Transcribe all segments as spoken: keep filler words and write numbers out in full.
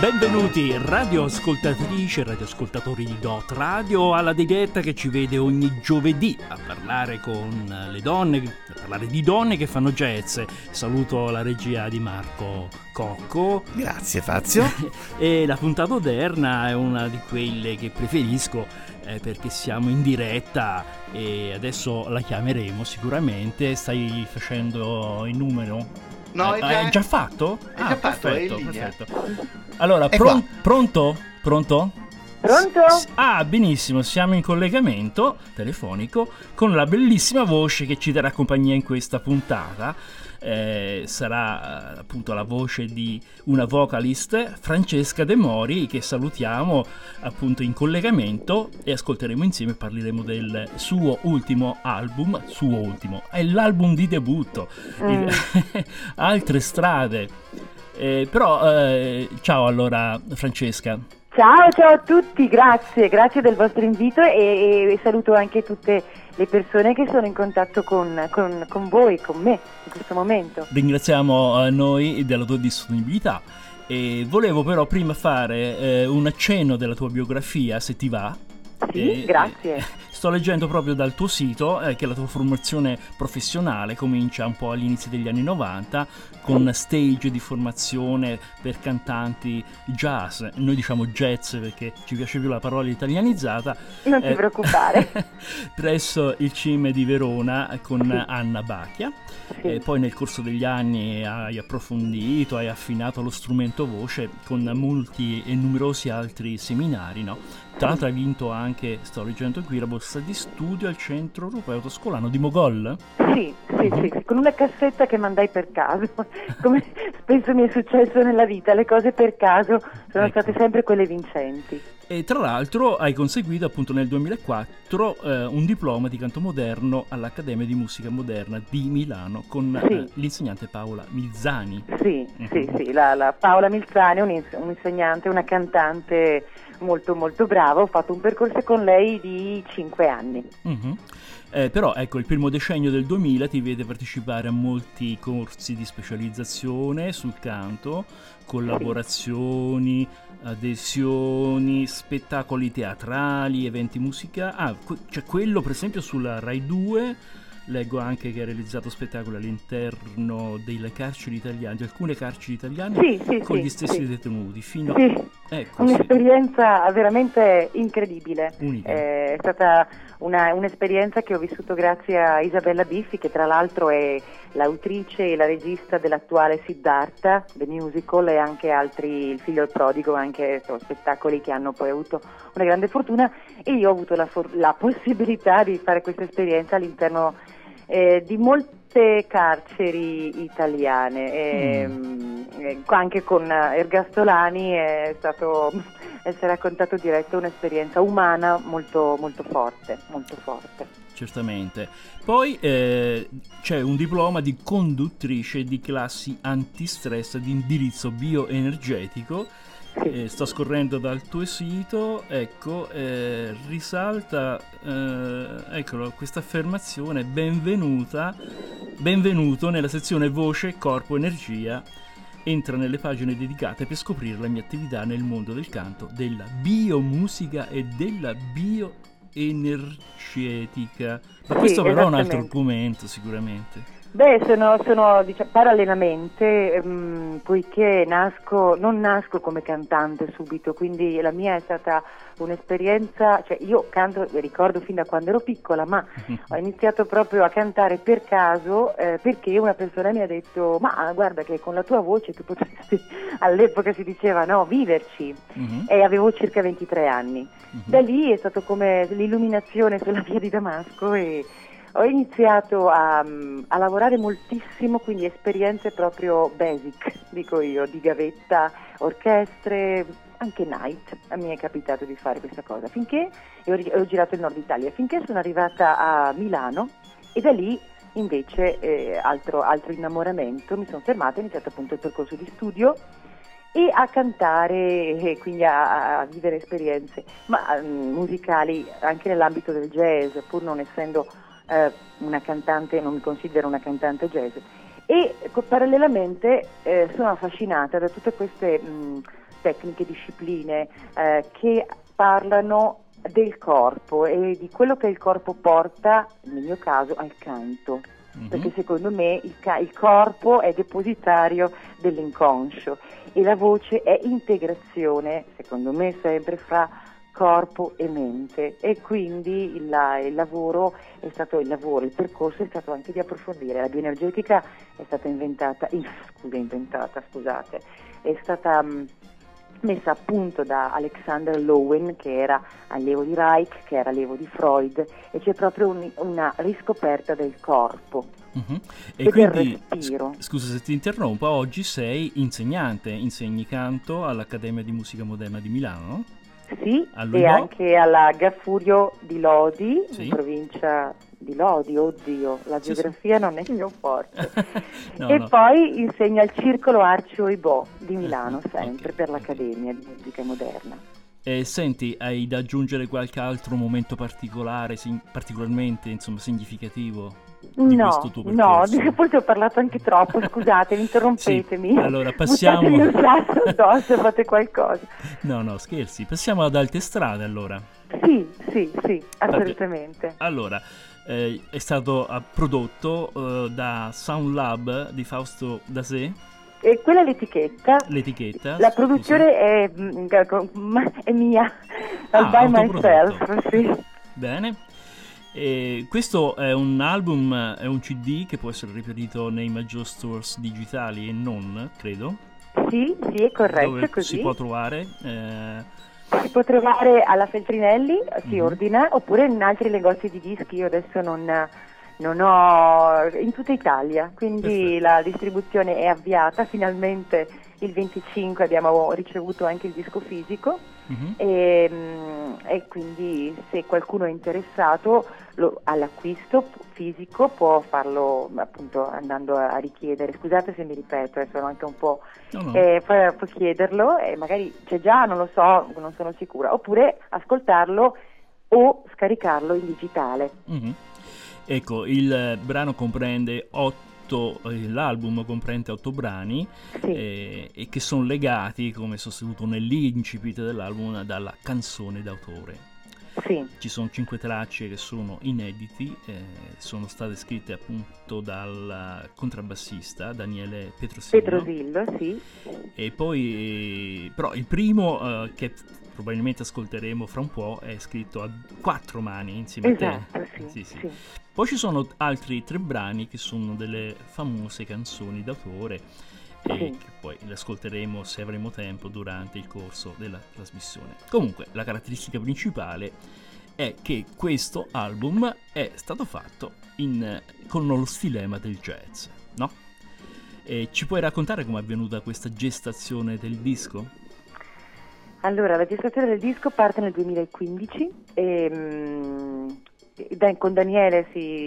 Benvenuti radioascoltatrici e radioascoltatori di Dot Radio alla diretta che ci vede ogni giovedì a parlare con le donne, a parlare di donne che fanno jazz. Saluto la regia di Marco Cocco. Grazie Fazio. E la puntata odierna è una di quelle che preferisco eh, perché siamo in diretta e adesso la chiameremo sicuramente. Stai facendo il numero? No, eh, è già, è già fatto? È ah, già fatto, perfetto, è in linea. perfetto. Allora, pron- pronto? Pronto? Pronto? S- ah, benissimo, siamo in collegamento telefonico con la bellissima voce che ci darà compagnia in questa puntata. Eh, sarà eh, appunto la voce di una vocalist, Francesca De Mori, che salutiamo appunto in collegamento e ascolteremo insieme e parleremo del suo ultimo album, suo ultimo, è l'album di debutto, Mm. il- Altre strade. Eh, però eh, ciao allora Francesca. Ciao, ciao a tutti, grazie, grazie del vostro invito e, e saluto anche tutte le persone che sono in contatto con, con, con voi, con me in questo momento. Ringraziamo eh, noi della tua disponibilità e volevo però prima fare eh, un accenno della tua biografia, se ti va. Sì, Eh, grazie. eh, sto leggendo proprio dal tuo sito eh, che la tua formazione professionale comincia un po' agli inizi degli anni novanta con stage di formazione per cantanti jazz. Noi diciamo jazz perché ci piace più la parola italianizzata. Non ti eh, preoccupare. presso il C I M di Verona con Sì. Anna Bacchia. Sì. E poi nel corso degli anni hai approfondito, hai affinato lo strumento voce con molti e numerosi altri seminari, no? Tra l'altro hai vinto anche, sto leggendo qui, la borsa di studio al Centro Europeo Toscolano di Mogol. Sì, sì, sì, sì, con una cassetta che mandai per caso, come spesso mi è successo nella vita, le cose per caso sono Ecco. state sempre quelle vincenti. E tra l'altro hai conseguito appunto nel duemilaquattro eh, un diploma di canto moderno all'Accademia di Musica Moderna di Milano con Sì. eh, l'insegnante Paola Milzani. Sì, Mhm. sì, sì, la, la Paola Milzani, un, ins- un insegnante, una cantante molto molto brava, ho fatto un percorso con lei di cinque anni. Mhm. Eh, però ecco, il primo decennio del duemila ti vede partecipare a molti corsi di specializzazione sul canto, collaborazioni, adesioni, spettacoli teatrali, eventi musicali. Ah, que- c'è quello per esempio sulla Rai due. Leggo anche che ha realizzato spettacoli all'interno delle carceri italiane, di alcune carceri italiane Sì, sì, con sì, gli stessi sì. detenuti. Fino Sì, ecco, sì. un'esperienza veramente incredibile. Unica. Eh, È stata una- un'esperienza che ho vissuto grazie a Isabella Biffi, che tra l'altro è l'autrice e la regista dell'attuale Siddhartha, The Musical, e anche altri, Il figlio del prodigo, anche insomma, spettacoli che hanno poi avuto una grande fortuna, e io ho avuto la, for- la possibilità di fare questa esperienza all'interno eh, di molte carceri italiane, ehm, eh, anche con eh, Ergastolani è stato essere a contatto diretto un'esperienza umana molto molto forte, molto forte. Certamente. Poi eh, c'è un diploma di conduttrice di classi antistress di indirizzo bioenergetico. Sì. Eh, sto scorrendo dal tuo sito, ecco, eh, risalta eh, eccolo, questa affermazione: benvenuta, benvenuto nella sezione voce, corpo, energia. Entra nelle pagine dedicate per scoprire la mia attività nel mondo del canto, della biomusica e della bioenergetica. Ma Sì, questo però è un altro esattamente. argomento sicuramente. Beh, sono, sono diciamo, parallelamente, ehm, poiché nasco, non nasco come cantante subito, quindi la mia è stata un'esperienza, cioè io canto, ricordo fin da quando ero piccola, ma ho iniziato proprio a cantare per caso, eh, perché una persona mi ha detto: ma guarda che con la tua voce tu potresti, all'epoca si diceva, no, viverci, Mhm, e avevo circa ventitré anni. mhm. Da lì è stato come l'illuminazione sulla via di Damasco e ho iniziato a, a lavorare moltissimo, quindi esperienze proprio basic, dico io, di gavetta, orchestre, anche night, a me è capitato di fare questa cosa, finché e ho, ho girato il nord Italia, finché sono arrivata a Milano e da lì invece eh, altro, altro innamoramento, mi sono fermata e ho iniziato appunto il percorso di studio e a cantare, e quindi a, a vivere esperienze ma, um, musicali anche nell'ambito del jazz, pur non essendo eh, una cantante, non mi considero una cantante jazz, e co- parallelamente eh, sono affascinata da tutte queste mh, tecniche, discipline eh, che parlano del corpo e di quello che il corpo porta, nel mio caso, al canto. Mm-hmm. Perché secondo me il, ca- il corpo è depositario dell'inconscio e la voce è integrazione, secondo me sempre, fra corpo e mente, e quindi il, il lavoro è stato il lavoro, il percorso è stato anche di approfondire. La bioenergetica è stata inventata, in, scusa, inventata, scusate, è stata mh, messa a punto da Alexander Lowen, che era allievo di Reich, che era allievo di Freud, e c'è proprio un, una riscoperta del corpo. Uh-huh. E, e quindi, del respiro. Scusa se ti interrompo, oggi sei insegnante, insegni canto all'Accademia di Musica Moderna di Milano? Sì, e anche alla Gaffurio di Lodi, sì. in provincia di Lodi, oddio, la sì, geografia sì. non è il mio forte. no, e no. poi insegno al Circolo Arcio Oibò di Milano, sempre, okay, per l'Accademia okay. di Musica Moderna. E senti, hai da aggiungere qualche altro momento particolare, sin- particolarmente insomma significativo di no, questo tuo percorso? No, forse ho parlato anche troppo, scusate, interrompetemi. Sì, allora passiamo... Buttatemi un sasso addosso, fate qualcosa. No, no, scherzi, passiamo ad altre strade allora. Sì, sì, sì, assolutamente. Vabbè. Allora, eh, è stato uh, prodotto uh, da Sound Lab di Fausto Dasè. E quella è l'etichetta. L'etichetta. La produzione è, è mia, ah, by myself, sì. Bene. E questo è un album, è un C D che può essere ripetuto nei maggior stores digitali e non, credo. Sì, sì, è corretto, Dove così. Si può trovare? Eh... Si può trovare alla Feltrinelli, si mm-hmm. ordina, oppure in altri negozi di dischi. Io adesso non... non ho in tutta Italia, quindi perfetto. La distribuzione è avviata, finalmente il venticinque abbiamo ricevuto anche il disco fisico uh-huh. e, e quindi se qualcuno è interessato lo, all'acquisto fisico può farlo appunto andando a, a richiedere, scusate se mi ripeto, eh, sono anche un po' no, no. Eh, può, può chiederlo e magari c'è già, non lo so, non sono sicura, oppure ascoltarlo o scaricarlo in digitale. Uh-huh. Ecco, il brano comprende otto, eh, l'album comprende otto brani sì. eh, e che sono legati, come sostenuto nell'incipit dell'album, dalla canzone d'autore. Sì. Ci sono cinque tracce che sono inediti, eh, sono state scritte appunto dal contrabbassista Daniele Petrosillo. Petrosillo, sì. E poi, però il primo eh, che probabilmente ascolteremo fra un po' è scritto a quattro mani insieme esatto, a te. Sì, sì, sì. sì. Poi ci sono altri tre brani che sono delle famose canzoni d'autore e sì. che poi le ascolteremo se avremo tempo durante il corso della trasmissione. Comunque la caratteristica principale è che questo album è stato fatto in, con lo stilema del jazz, no? E ci puoi raccontare come è avvenuta questa gestazione del disco? Allora, la gestazione del disco parte nel duemilaquindici e mh, con Daniele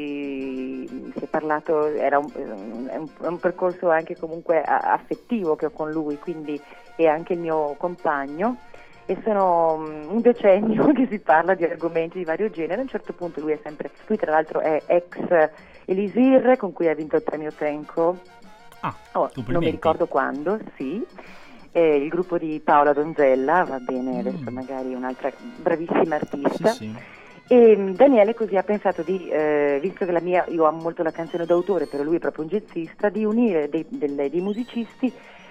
si, si è parlato, era un, un, un percorso anche comunque affettivo che ho con lui, quindi è anche il mio compagno e sono un decennio che si parla di argomenti di vario genere. A un certo punto lui è sempre, lui tra l'altro è ex Elisir con cui ha vinto il premio Tenco, ah, oh, non mi ricordo quando, sì. Eh, il gruppo di Paola Donzella, va bene, adesso mm. magari un'altra bravissima artista. Sì, sì. E Daniele così ha pensato di, eh, visto che la mia, io amo molto la canzone d'autore, però lui è proprio un jazzista, di unire dei, delle, dei musicisti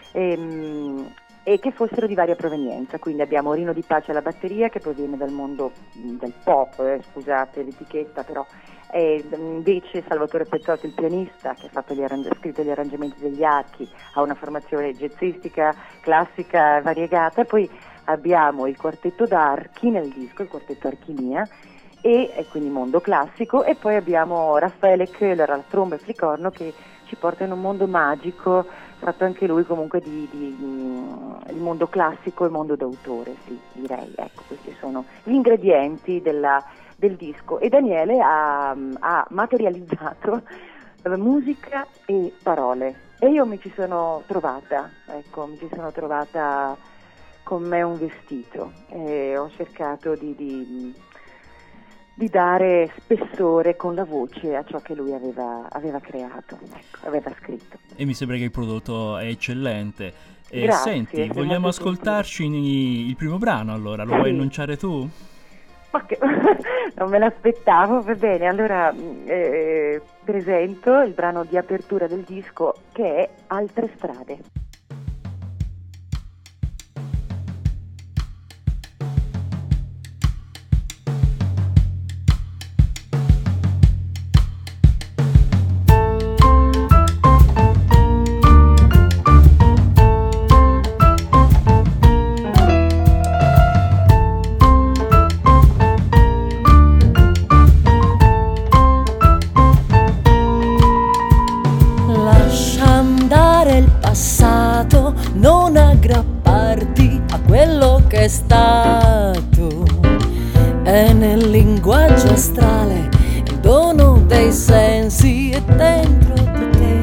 ehm, e che fossero di varia provenienza. Quindi abbiamo Rino Di Pace alla batteria, che proviene dal mondo del pop, eh, scusate l'etichetta, però e invece Salvatore Pezzotti, il pianista, che ha fatto gli arrangi- scritto gli arrangiamenti degli archi, ha una formazione jazzistica, classica, variegata. E poi abbiamo il quartetto d'archi nel disco, il quartetto Archimia, e, e quindi mondo classico, e poi abbiamo Raffaele Köhler alla tromba e flicorno che ci porta in un mondo magico, fatto anche lui comunque di, di, di il mondo classico e mondo d'autore, sì, direi. Ecco, questi sono gli ingredienti della del disco e Daniele ha, ha materializzato musica e parole e io mi ci sono trovata, ecco, mi ci sono trovata con me un vestito e ho cercato di, di, di dare spessore con la voce a ciò che lui aveva, aveva creato, ecco, aveva scritto. E mi sembra che il prodotto è eccellente. E Grazie, senti, sei vogliamo molto ascoltarci i- il primo brano allora, lo Sì. vuoi annunciare tu? Ma che- non me l'aspettavo, va bene, allora eh, presento il brano di apertura del disco che è Altre strade. Lascia andare il passato, non aggrapparti a quello che è stato. È nel linguaggio astrale il dono dei sensi è dentro di te.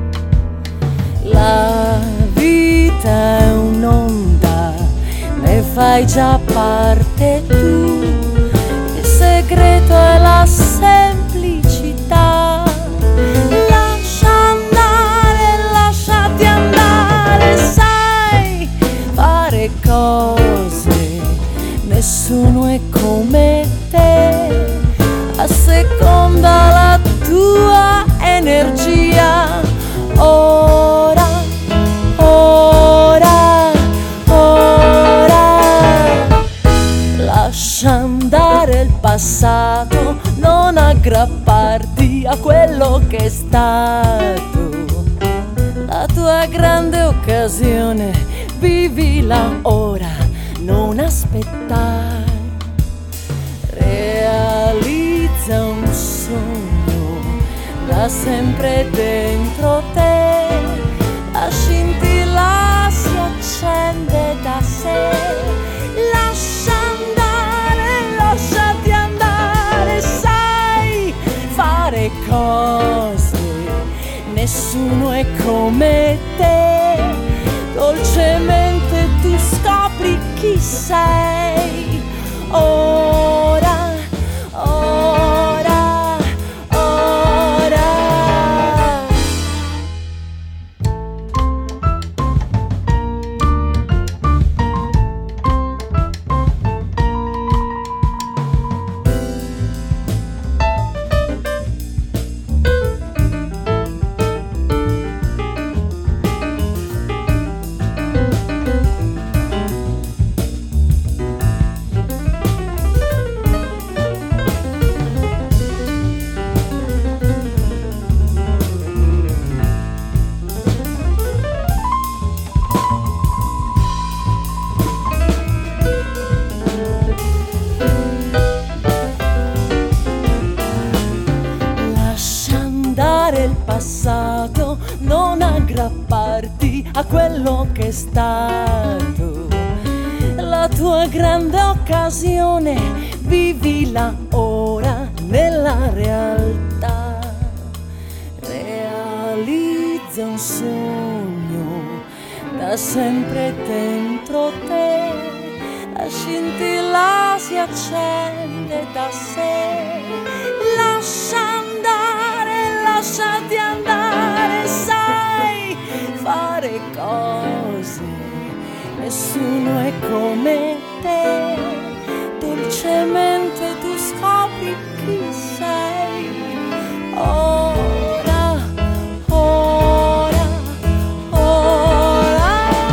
La vita è un'onda, ne fai già parte tu. Il segreto è la semplicità. Lascia andare, lasciati andare, sai fare cose, nessuno è come te, asseconda la tua energia. Ora, ora, ora, lascia andare il passato, non aggrapparti a quello che è stato. La tua grande occasione, vivila ora, non aspettare. Realizza un sogno da sempre dentro te, la scintilla si accende da sé. Lascia andare, lasciati andare, sai fare cose, nessuno è come te. Dolcemente tu scopri chi sei. Ora, ora, ora. Lascia andare il passato, non aggrapparti a quello che è stato. La tua grande occasione, vivila ora nella realtà. Realizza un sogno da sempre dentro te, la scintilla si accende da sé. Lascia andare, lasciati andare, sai fare cose, nessuno è come te. Dolcemente tu scopri chi sei. Ora, ora, ora.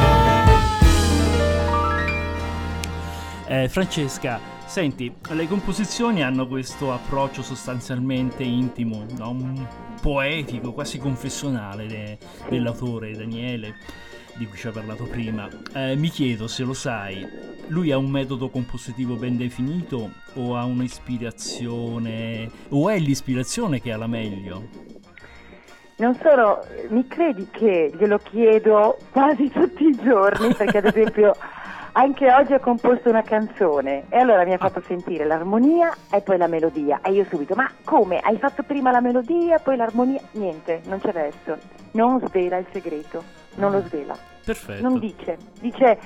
Eh, Francesca, senti, le composizioni hanno questo approccio sostanzialmente intimo, no? Un poetico, quasi confessionale de- dell'autore Daniele, di cui ci ha parlato prima. Eh, mi chiedo se lo sai, lui ha un metodo compositivo ben definito o ha un'ispirazione, o è l'ispirazione che ha la meglio? Non solo, mi credi che glielo chiedo quasi tutti i giorni, perché ad esempio anche oggi ho composto una canzone e allora mi ha fatto sentire l'armonia e poi la melodia e io subito, ma come? Hai fatto prima la melodia, poi l'armonia? Niente, non c'è verso, non svela il segreto, non lo svela. Perfetto. Non dice, dice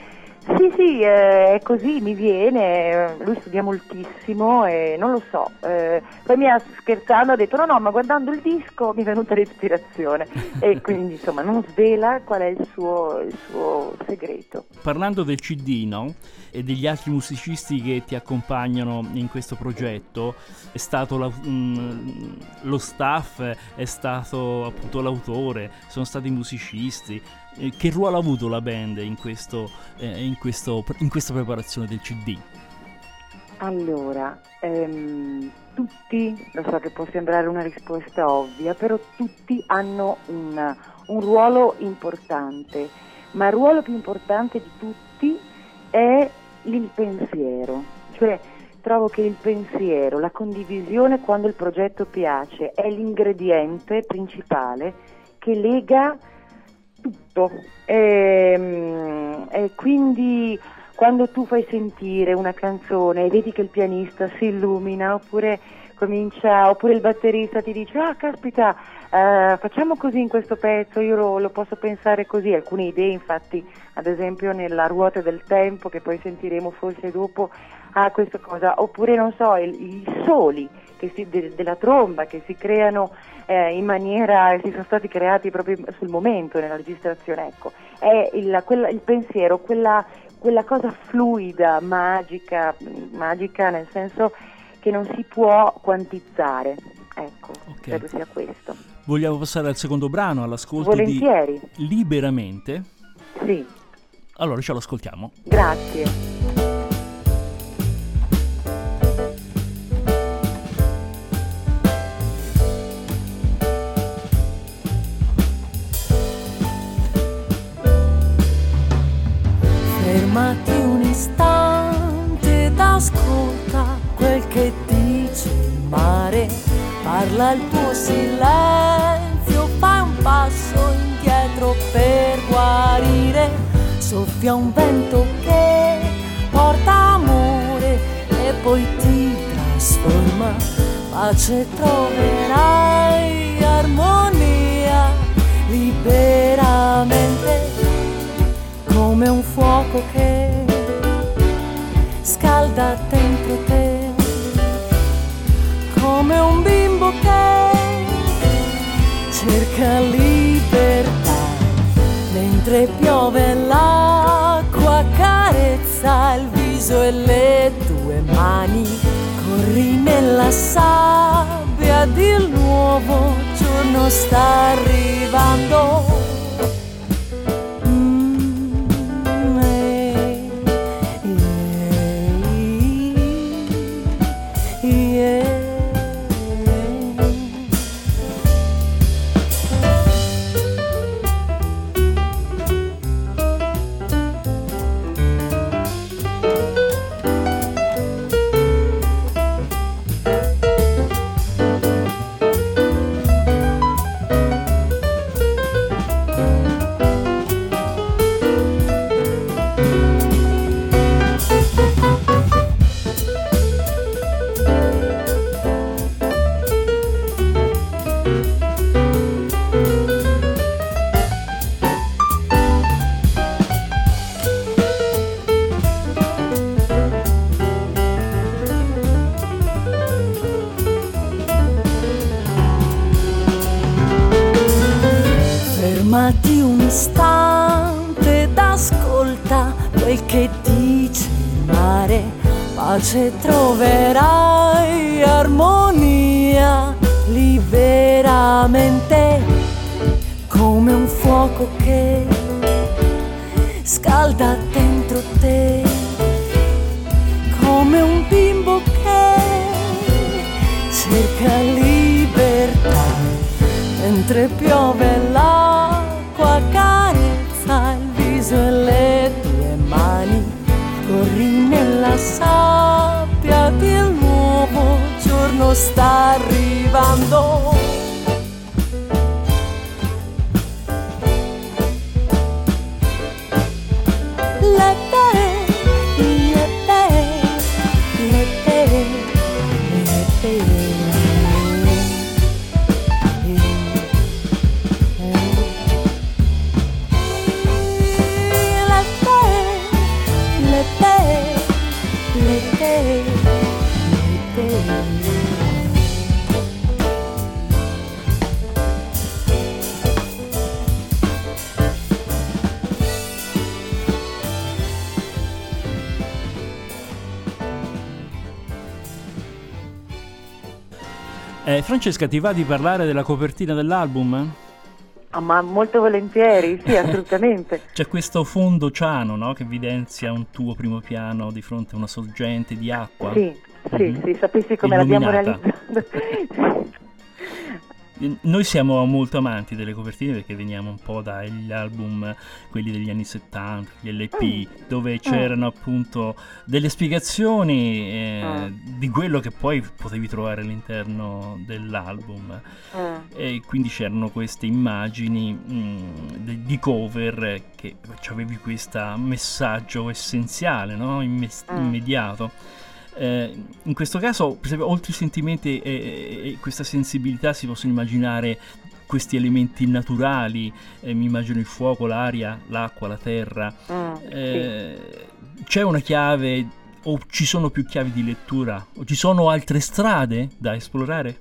Sì, sì, eh, è così, mi viene, lui studia moltissimo e non lo so, eh, poi mi ha scherzando, ha detto no no, ma guardando il disco mi è venuta l'ispirazione e quindi insomma non svela qual è il suo, il suo segreto. Parlando del C D, no? E degli altri musicisti che ti accompagnano in questo progetto, è stato la, mh, lo staff, è stato appunto l'autore, sono stati i musicisti. Eh, che ruolo ha avuto la band in, questo, eh, in, questo, in questa preparazione del C D? Allora, ehm, tutti, lo so che può sembrare una risposta ovvia, però tutti hanno un, un ruolo importante, ma il ruolo più importante di tutti è il pensiero, cioè trovo che il pensiero, la condivisione quando il progetto piace è l'ingrediente principale che lega tutto e, e quindi quando tu fai sentire una canzone e vedi che il pianista si illumina oppure comincia, oppure il batterista ti dice ah caspita eh, facciamo così in questo pezzo, io lo, lo posso pensare così, alcune idee infatti ad esempio nella Ruote del Tempo che poi sentiremo forse dopo ah questa cosa, oppure non so il, i soli che si, de, della tromba che si creano eh, in maniera, si sono stati creati proprio sul momento nella registrazione, ecco, è il, quella, il pensiero, quella, quella cosa fluida, magica, magica nel senso che non si può quantizzare, ecco, okay. Credo sia questo. Vogliamo passare al secondo brano, all'ascolto Volentieri. Di Liberamente? Sì. Allora ce lo ascoltiamo. Grazie. Fermati un istante ed ascolta quel che dice il mare, parla il tuo silenzio, fai un passo indietro per guarire, soffia un vento che porta amore e poi ti trasforma, pace troverai, armonia, liberamente. Come un fuoco che scalda dentro te, come un bimbo che cerca libertà, mentre piove l'acqua carezza il viso e le tue mani, corri nella sabbia del nuovo giorno sta arrivando. Fermati un istante ed ascolta quel che dice il mare, pace troverai, armonia, liberamente, come un fuoco che scalda dentro te, come un bimbo che cerca libertà, mentre piove l'acqua carezza il viso e le tue mani, corri nella sabbia del nuovo giorno sta arrivando. Le te, le te, le te, le te. e te, e te. Eh, Francesca, ti va di parlare della copertina dell'album? Ah, ma molto volentieri, sì, assolutamente. C'è questo fondo ciano, no? Che evidenzia un tuo primo piano di fronte a una sorgente di acqua. Sì, sì, Mm-hmm. sì, sapessi come l'abbiamo Illuminata. realizzato. Noi siamo molto amanti delle copertine perché veniamo un po' dagli album, quelli degli anni settanta, gli L P, Mm. dove c'erano appunto delle spiegazioni eh, Mm. di quello che poi potevi trovare all'interno dell'album. Mm. E quindi c'erano queste immagini mh, de- di cover che avevi questo messaggio essenziale, no? Imme- Mm. immediato. Eh, in questo caso, per esempio, oltre i sentimenti e, e questa sensibilità, si possono immaginare questi elementi naturali, eh, mi immagino il fuoco, l'aria, l'acqua, la terra. Mm, Eh, c'è una chiave o ci sono più chiavi di lettura? O ci sono altre strade da esplorare?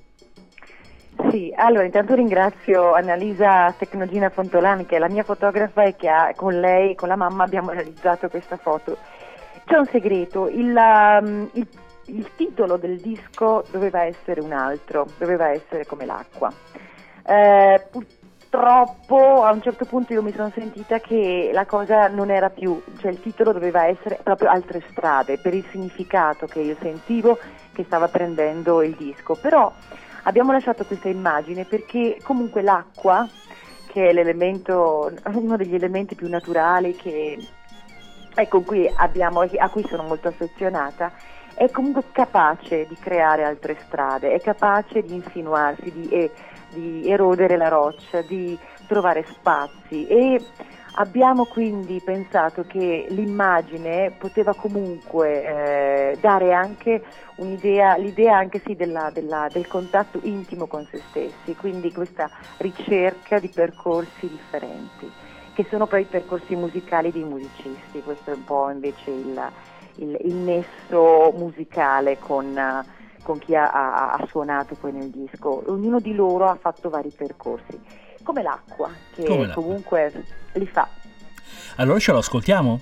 Sì, allora intanto ringrazio Annalisa Tecnogina Fontolani, che è la mia fotografa e che ha, con lei, con la mamma, abbiamo realizzato questa foto. C'è un segreto, il, um, il, il titolo del disco doveva essere un altro, doveva essere Come l'acqua. Eh, purtroppo a un certo punto io mi sono sentita che la cosa non era più, cioè il titolo doveva essere proprio Altre strade, per il significato che io sentivo che stava prendendo il disco. Però abbiamo lasciato questa immagine perché comunque l'acqua, che è l'elemento, uno degli elementi più naturali che... e con cui abbiamo, a cui sono molto affezionata, è comunque capace di creare altre strade, è capace di insinuarsi, di, eh, di erodere la roccia, di trovare spazi, e abbiamo quindi pensato che l'immagine poteva comunque eh, dare anche un'idea, l'idea anche sì della, della, del contatto intimo con se stessi, quindi questa ricerca di percorsi differenti, che sono poi i percorsi musicali dei musicisti. Questo è un po' invece il, il, il nesso musicale con, con chi ha, ha, ha suonato poi nel disco. Ognuno di loro ha fatto vari percorsi, come l'acqua, che Come l'acqua. comunque li fa. Allora ce lo ascoltiamo?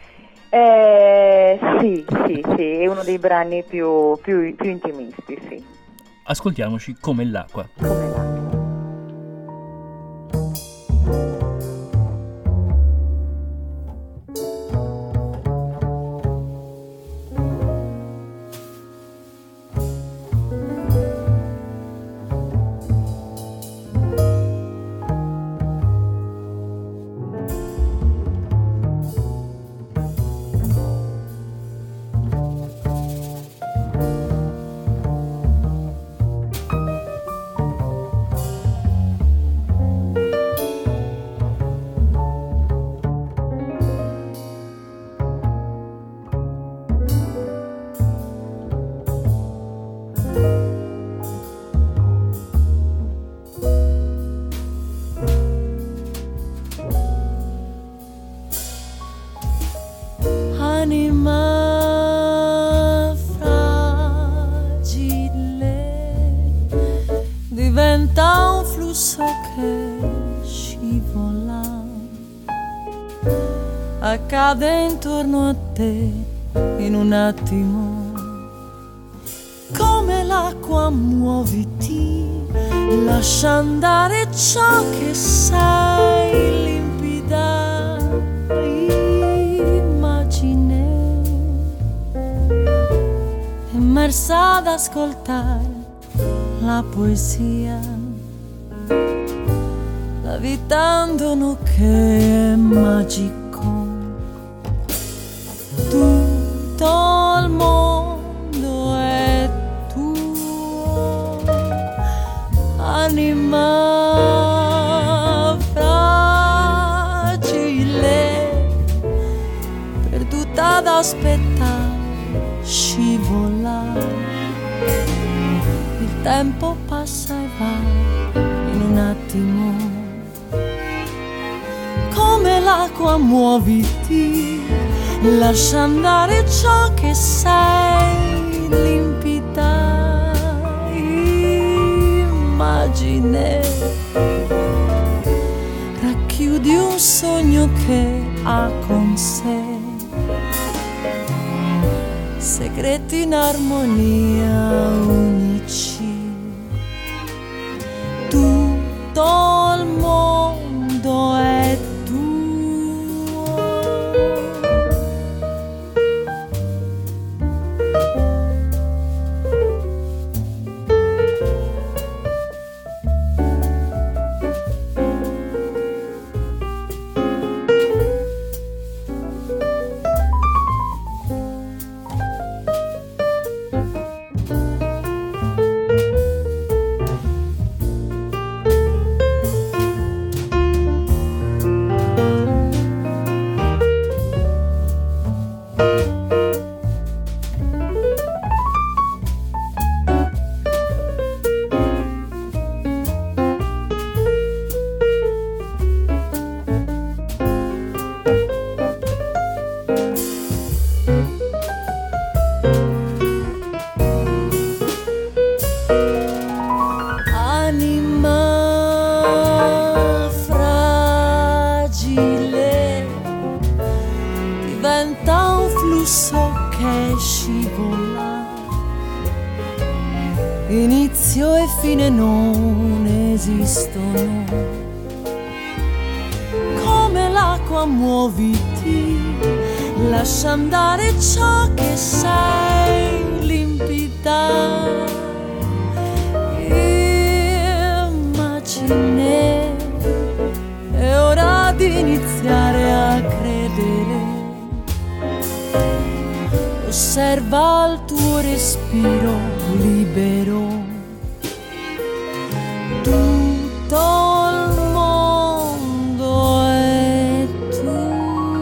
Eh, sì, sì, sì, è uno dei brani più, più, più intimisti, sì. Ascoltiamoci Come l'acqua. Come l'acqua. Anima fragile, diventa un flusso che scivola, accade intorno a te in un attimo. Come l'acqua muoviti, lascia andare ciò che sei, limpida immagine, immersa ad ascoltare la poesia, la vita è un dono che è magico. Tutto il mondo è tuo, anima fragile, perduta ad aspettare, scivola. Il tempo passa e va in un attimo. Come l'acqua muoviti, lascia andare ciò che sei, limpida immagine, racchiudi un sogno che ha con sé segreti in armonia unici. Tutto il mondo è inizio e fine non esistono. Come l'acqua muoviti, lascia andare ciò che sei, limpida immagine. È ora di iniziare a credere. Osserva il tuo respiro libero. Tutto il mondo è tu.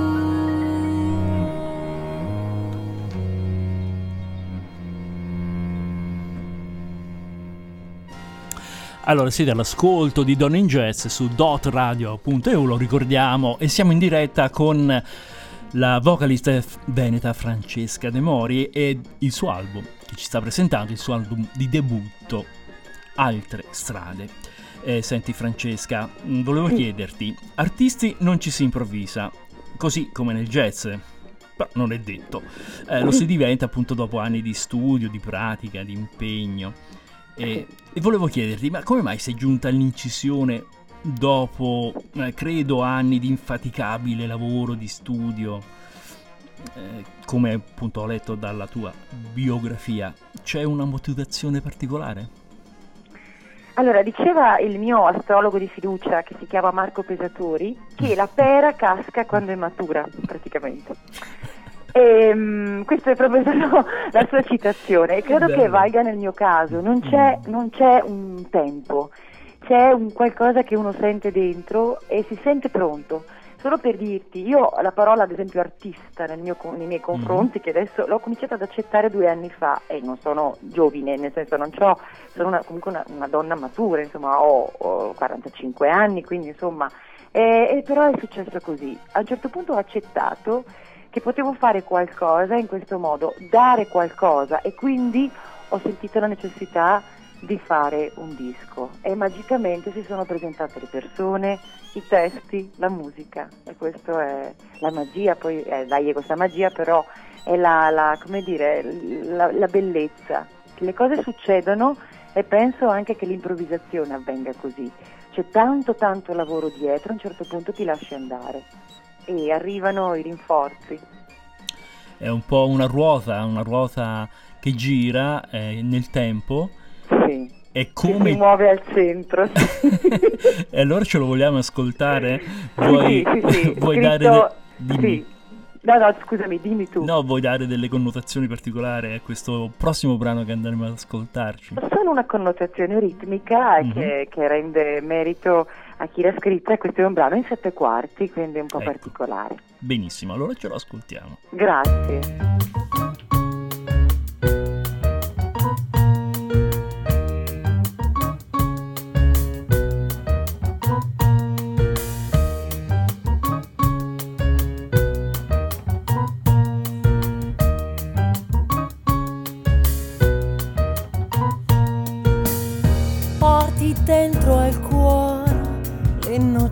Allora, siete all'ascolto di Donne in Jazz su dot radio punto e u, lo ricordiamo, e siamo in diretta con la vocalist veneta Francesca De Mori e il suo album che ci sta presentando, il suo album di debutto, Altre Strade. Eh, senti Francesca, volevo chiederti, artisti non ci si improvvisa, così come nel jazz, però non è detto, eh, lo si diventa appunto dopo anni di studio, di pratica, di impegno. E, e volevo chiederti, ma come mai sei giunta all'incisione dopo, eh, credo, anni di infaticabile lavoro, di studio, eh, come appunto ho letto dalla tua biografia? C'è una motivazione particolare? Allora, diceva il mio astrologo di fiducia, che si chiama Marco Pesatori, che la pera casca quando è matura, praticamente. E, um, questa è proprio stata la sua citazione, e credo Bello. Che valga nel mio caso. Non c'è, non c'è un tempo, c'è un qualcosa che uno sente dentro e si sente pronto. Solo per dirti, io la parola ad esempio artista nel mio, nei miei confronti, mm. che adesso l'ho cominciata ad accettare due anni fa, e non sono giovine, nel senso non c'ho, sono una, comunque una, una donna matura, insomma ho, ho quarantacinque anni, quindi insomma, e, e però è successo così. A un certo punto ho accettato che potevo fare qualcosa in questo modo, dare qualcosa, e quindi ho sentito la necessità di fare un disco, e magicamente si sono presentate le persone, i testi, la musica, e questo è la magia. Poi eh, dai, è questa magia, però è la, la come dire, la, la bellezza, che le cose succedono, e penso anche che l'improvvisazione avvenga così. C'è tanto tanto lavoro dietro, a un certo punto ti lasci andare e arrivano i rinforzi. È un po' una ruota, una ruota che gira eh, nel tempo. Sì. È come... si muove al centro. E allora ce lo vogliamo ascoltare? Vuoi, sì, sì, sì. vuoi Scritto... dare... De... Sì. No, no, scusami, dimmi tu. No, vuoi dare delle connotazioni particolari a questo prossimo brano che andremo ad ascoltarci? Sono una connotazione ritmica mm-hmm. che, che rende merito a chi l'ha scritta, e questo è un brano in sette quarti, quindi un po' ecco. particolare. Benissimo, allora ce lo ascoltiamo. Grazie.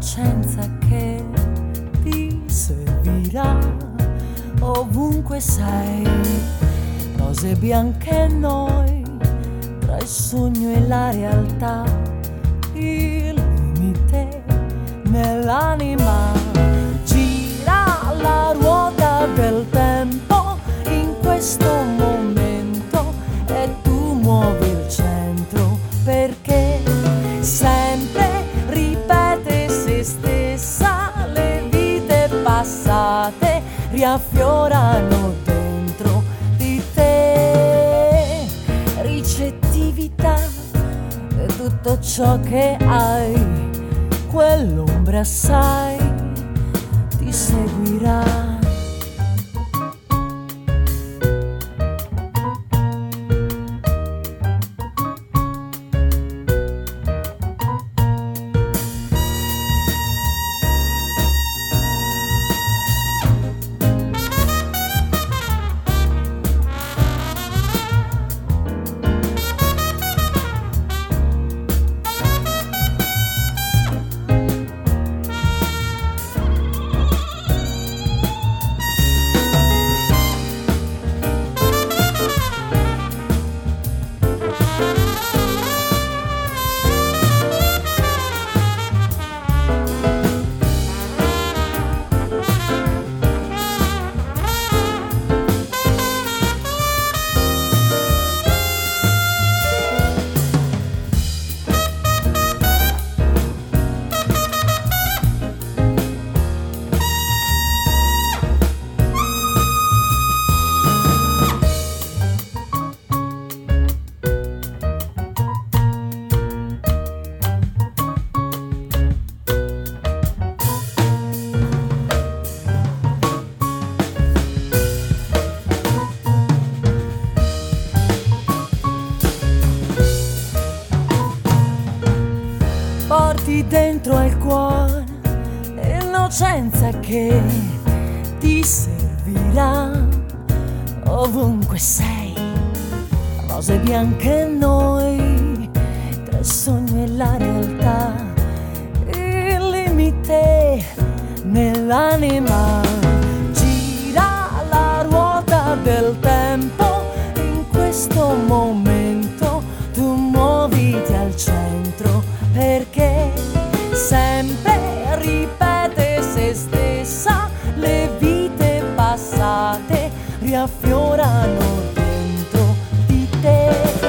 l'innocenza che ti servirà ovunque sei, rose bianche e noi, tra il sogno e la realtà, il limite nell'anima. Gira la ruota del tempo in questo momento e tu muovi il centro, perché sempre ripete se stessa, le vite passate riaffiorano dentro di te. Ricettività è tutto ciò che hai, quell'ombra sai ti seguirà. Dentro al cuore l'innocenza che ti servirà ovunque sei, rose bianche e noi, tra il sogno e la realtà, il limite nell'anima. Gira la ruota del tempo in questo momento, tu muoviti al centro, perché sempre ripete se stessa, le vite passate riaffiorano dentro di te.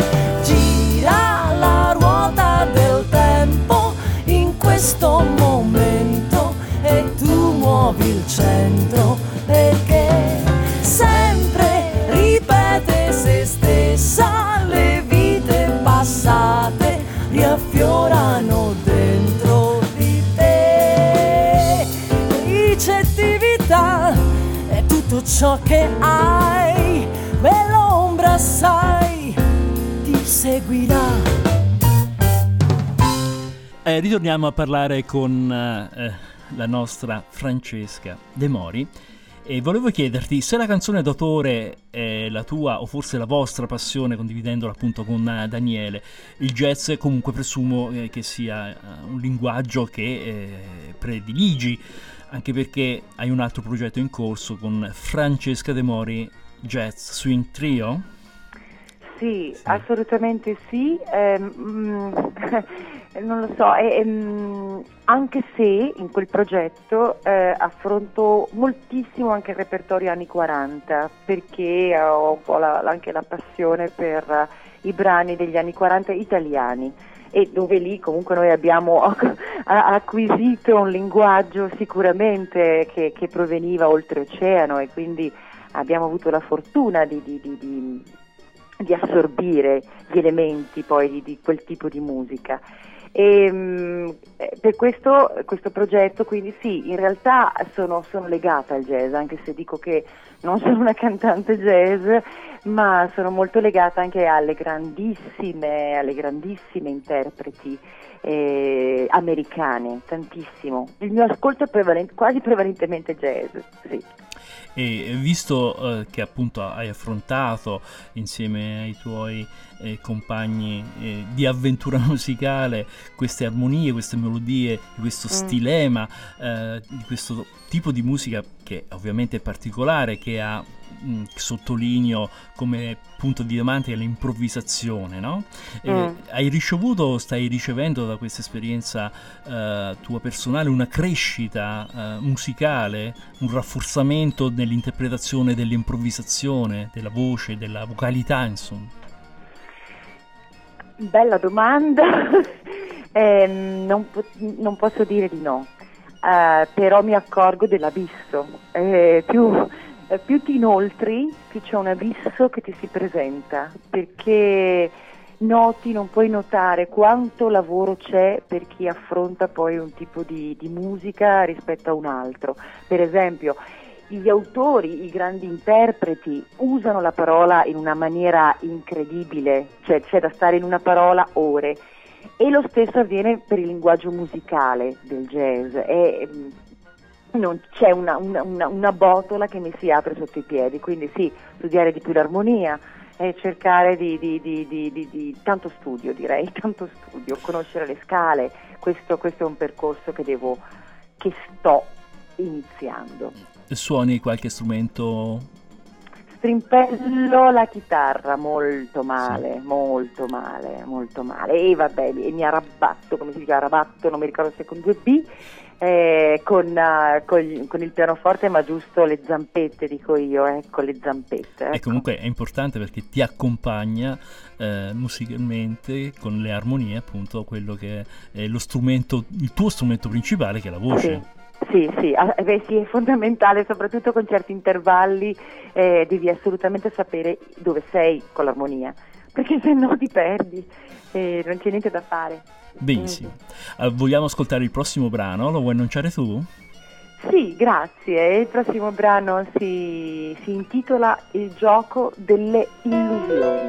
Gira la ruota del tempo in questo momento e tu muovi il centro, perché sempre ripete se stessa, le vite passate riaffiorano dentro di te. Ricettività è tutto ciò che hai, quell'ombra sai ti seguirà. Eh, ritorniamo a parlare con eh, la nostra Francesca De Mori e volevo chiederti se la canzone d'autore è la tua o forse la vostra passione, condividendola appunto con Daniele. Il jazz comunque presumo eh, che sia uh, un linguaggio che eh, prediligi, anche perché hai un altro progetto in corso con Francesca De Mori Jazz Swing Trio. Sì, sì. Assolutamente sì. Eh, mm, non lo so, eh, ehm, anche se in quel progetto eh, affronto moltissimo anche il repertorio anni quaranta, perché ho un po' la, anche la passione per uh, i brani degli anni quaranta italiani, e dove lì comunque noi abbiamo acquisito un linguaggio sicuramente che, che proveniva oltreoceano, e quindi abbiamo avuto la fortuna di, di, di, di, di assorbire gli elementi poi di, di quel tipo di musica. E mh, per questo, questo progetto, quindi sì, in realtà sono, sono legata al jazz, anche se dico che non sono una cantante jazz, ma sono molto legata anche alle grandissime, alle grandissime interpreti eh, americane, tantissimo. Il mio ascolto è prevalente, quasi prevalentemente jazz, sì. E visto eh, che appunto hai affrontato insieme ai tuoi eh, compagni eh, di avventura musicale queste armonie, queste melodie, questo Mm. stilema, eh, di questo tipo di musica che ovviamente è particolare, che ha, mh, sottolineo come punto di diamante l'improvvisazione, no? E Mm. hai ricevuto, stai ricevendo da questa esperienza eh, tua personale una crescita eh, musicale, un rafforzamento nell'interpretazione dell'improvvisazione, della voce, della vocalità, insomma? Bella domanda. Ehm, non, po- non posso dire di no, Eh, però mi accorgo dell'abisso. Eh, più, eh, più ti inoltri, più c'è un abisso che ti si presenta, perché noti, non puoi notare quanto lavoro c'è per chi affronta poi un tipo di, di musica rispetto a un altro. Per esempio, gli autori, i grandi interpreti usano la parola in una maniera incredibile, cioè c'è da stare in una parola ore, e lo stesso avviene per il linguaggio musicale del jazz. E, mm, non c'è una, una, una, una botola che mi si apre sotto i piedi, quindi sì, studiare di più l'armonia e cercare di, di, di, di, di, di tanto studio, direi, tanto studio, conoscere le scale. Questo, questo è un percorso che devo, che sto iniziando. Suoni qualche strumento? Strimpello la chitarra molto male, sì. molto male, molto male. E vabbè, e mi arrabatto, come si dice, arrabatto, non mi ricordo se con due B, eh, con, uh, con, con il pianoforte, ma giusto le zampette, dico io, ecco, le zampette. Ecco. E comunque è importante perché ti accompagna eh, musicalmente con le armonie, appunto, quello che è lo strumento, il tuo strumento principale, che è la voce. Sì. Sì, sì, ah, beh, sì, è fondamentale, soprattutto con certi intervalli eh, devi assolutamente sapere dove sei con l'armonia, perché se no ti perdi e non c'è niente da fare. Benissimo. Uh, vogliamo ascoltare il prossimo brano? Lo vuoi annunciare tu? Sì, grazie. Il prossimo brano si, si intitola Il gioco delle illusioni.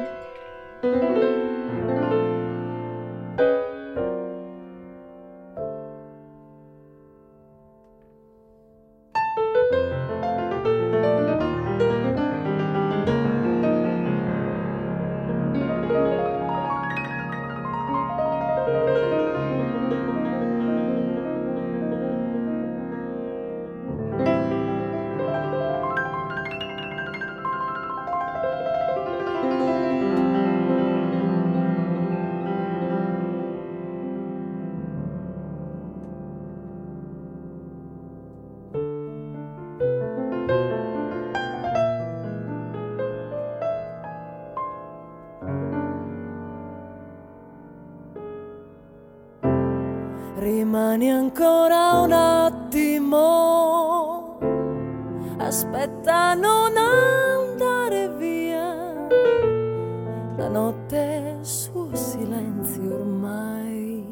Rimani ancora un attimo, aspetta, non andare via, la notte suo silenzio ormai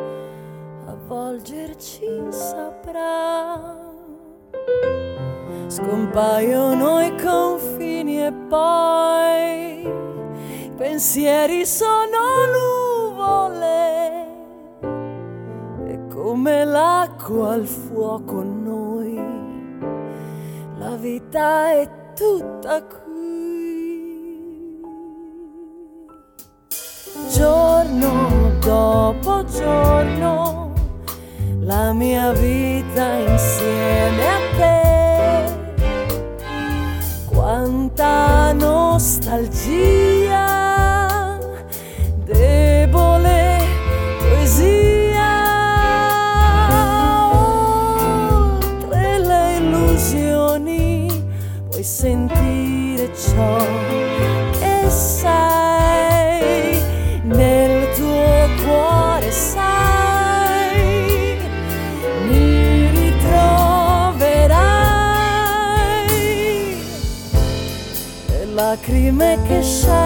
avvolgerci saprà. Scompaiono i confini e poi i pensieri sono nuvole, come l'acqua al fuoco noi, la vita è tutta qui. Giorno dopo giorno, la mia vita insieme a te, quanta nostalgia, debole poesia. Puoi sentire ciò che sei nel tuo cuore, sai, mi ritroverai. Le lacrime che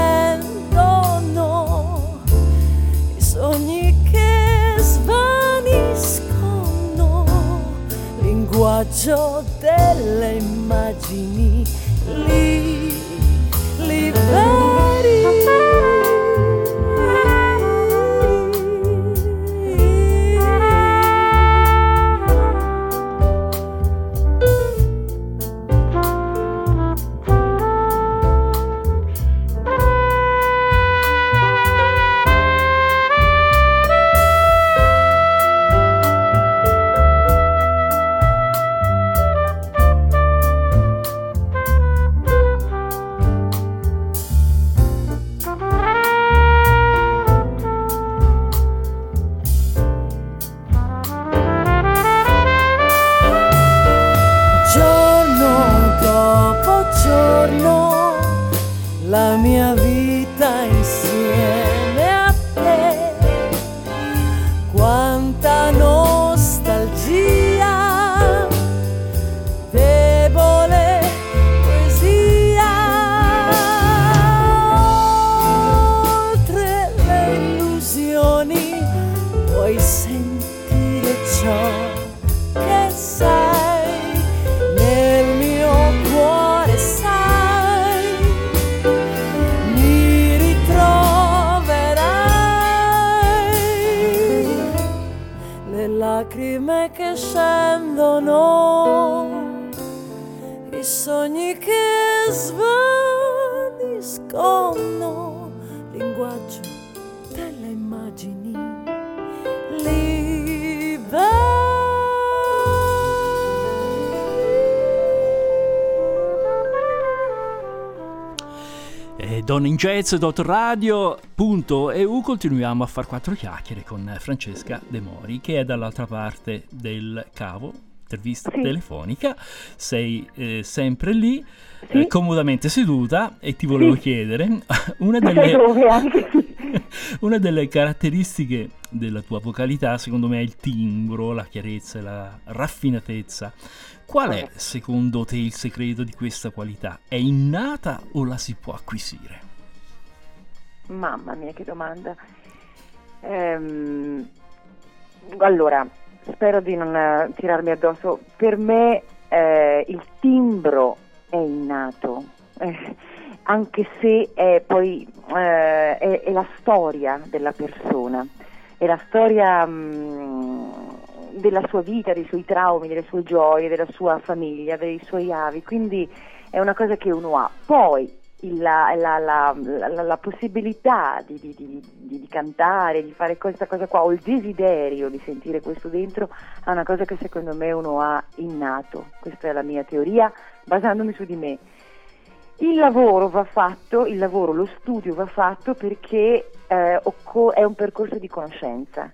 scendono, i sogni che svaniscono, linguaggio delle immagini li, liberi. giorno la mia vita insieme a te. Quanta nostalgia, debole poesia, oltre le illusioni puoi sentire ciò che sei nel mio cuore, sai, mi ritroverai. Le lacrime che scendono, i sogni che svaniscono, linguaggio delle immagini libere. E Donne in Jazz punto radio punto e u continuiamo a far quattro chiacchiere con Francesca De Mori, che è dall'altra parte del cavo, intervista Sì. telefonica. Sei eh, sempre lì, Sì. eh, comodamente seduta, e ti volevo Sì. chiedere una Sai delle, dove anche sì. una delle caratteristiche della tua vocalità, secondo me, è il timbro, la chiarezza e la raffinatezza. Qual è, secondo te, il segreto di questa qualità? È innata o la si può acquisire? Mamma mia, che domanda. Ehm, allora, spero di non eh, tirarmi addosso. Per me eh, il timbro è innato, eh, anche se è poi eh, è, è la storia della persona, è la storia mh, della sua vita, dei suoi traumi, delle sue gioie, della sua famiglia, dei suoi avi, quindi è una cosa che uno ha. Poi il- la, la- la- la- la possibilità di, di- di- di- di cantare, di fare questa cosa qua, o il desiderio di sentire questo dentro, è una cosa che secondo me uno ha innato. Questa è la mia teoria, basandomi su di me. Il lavoro va fatto, il lavoro, lo studio va fatto, perché eh, occo- è un percorso di conoscenza.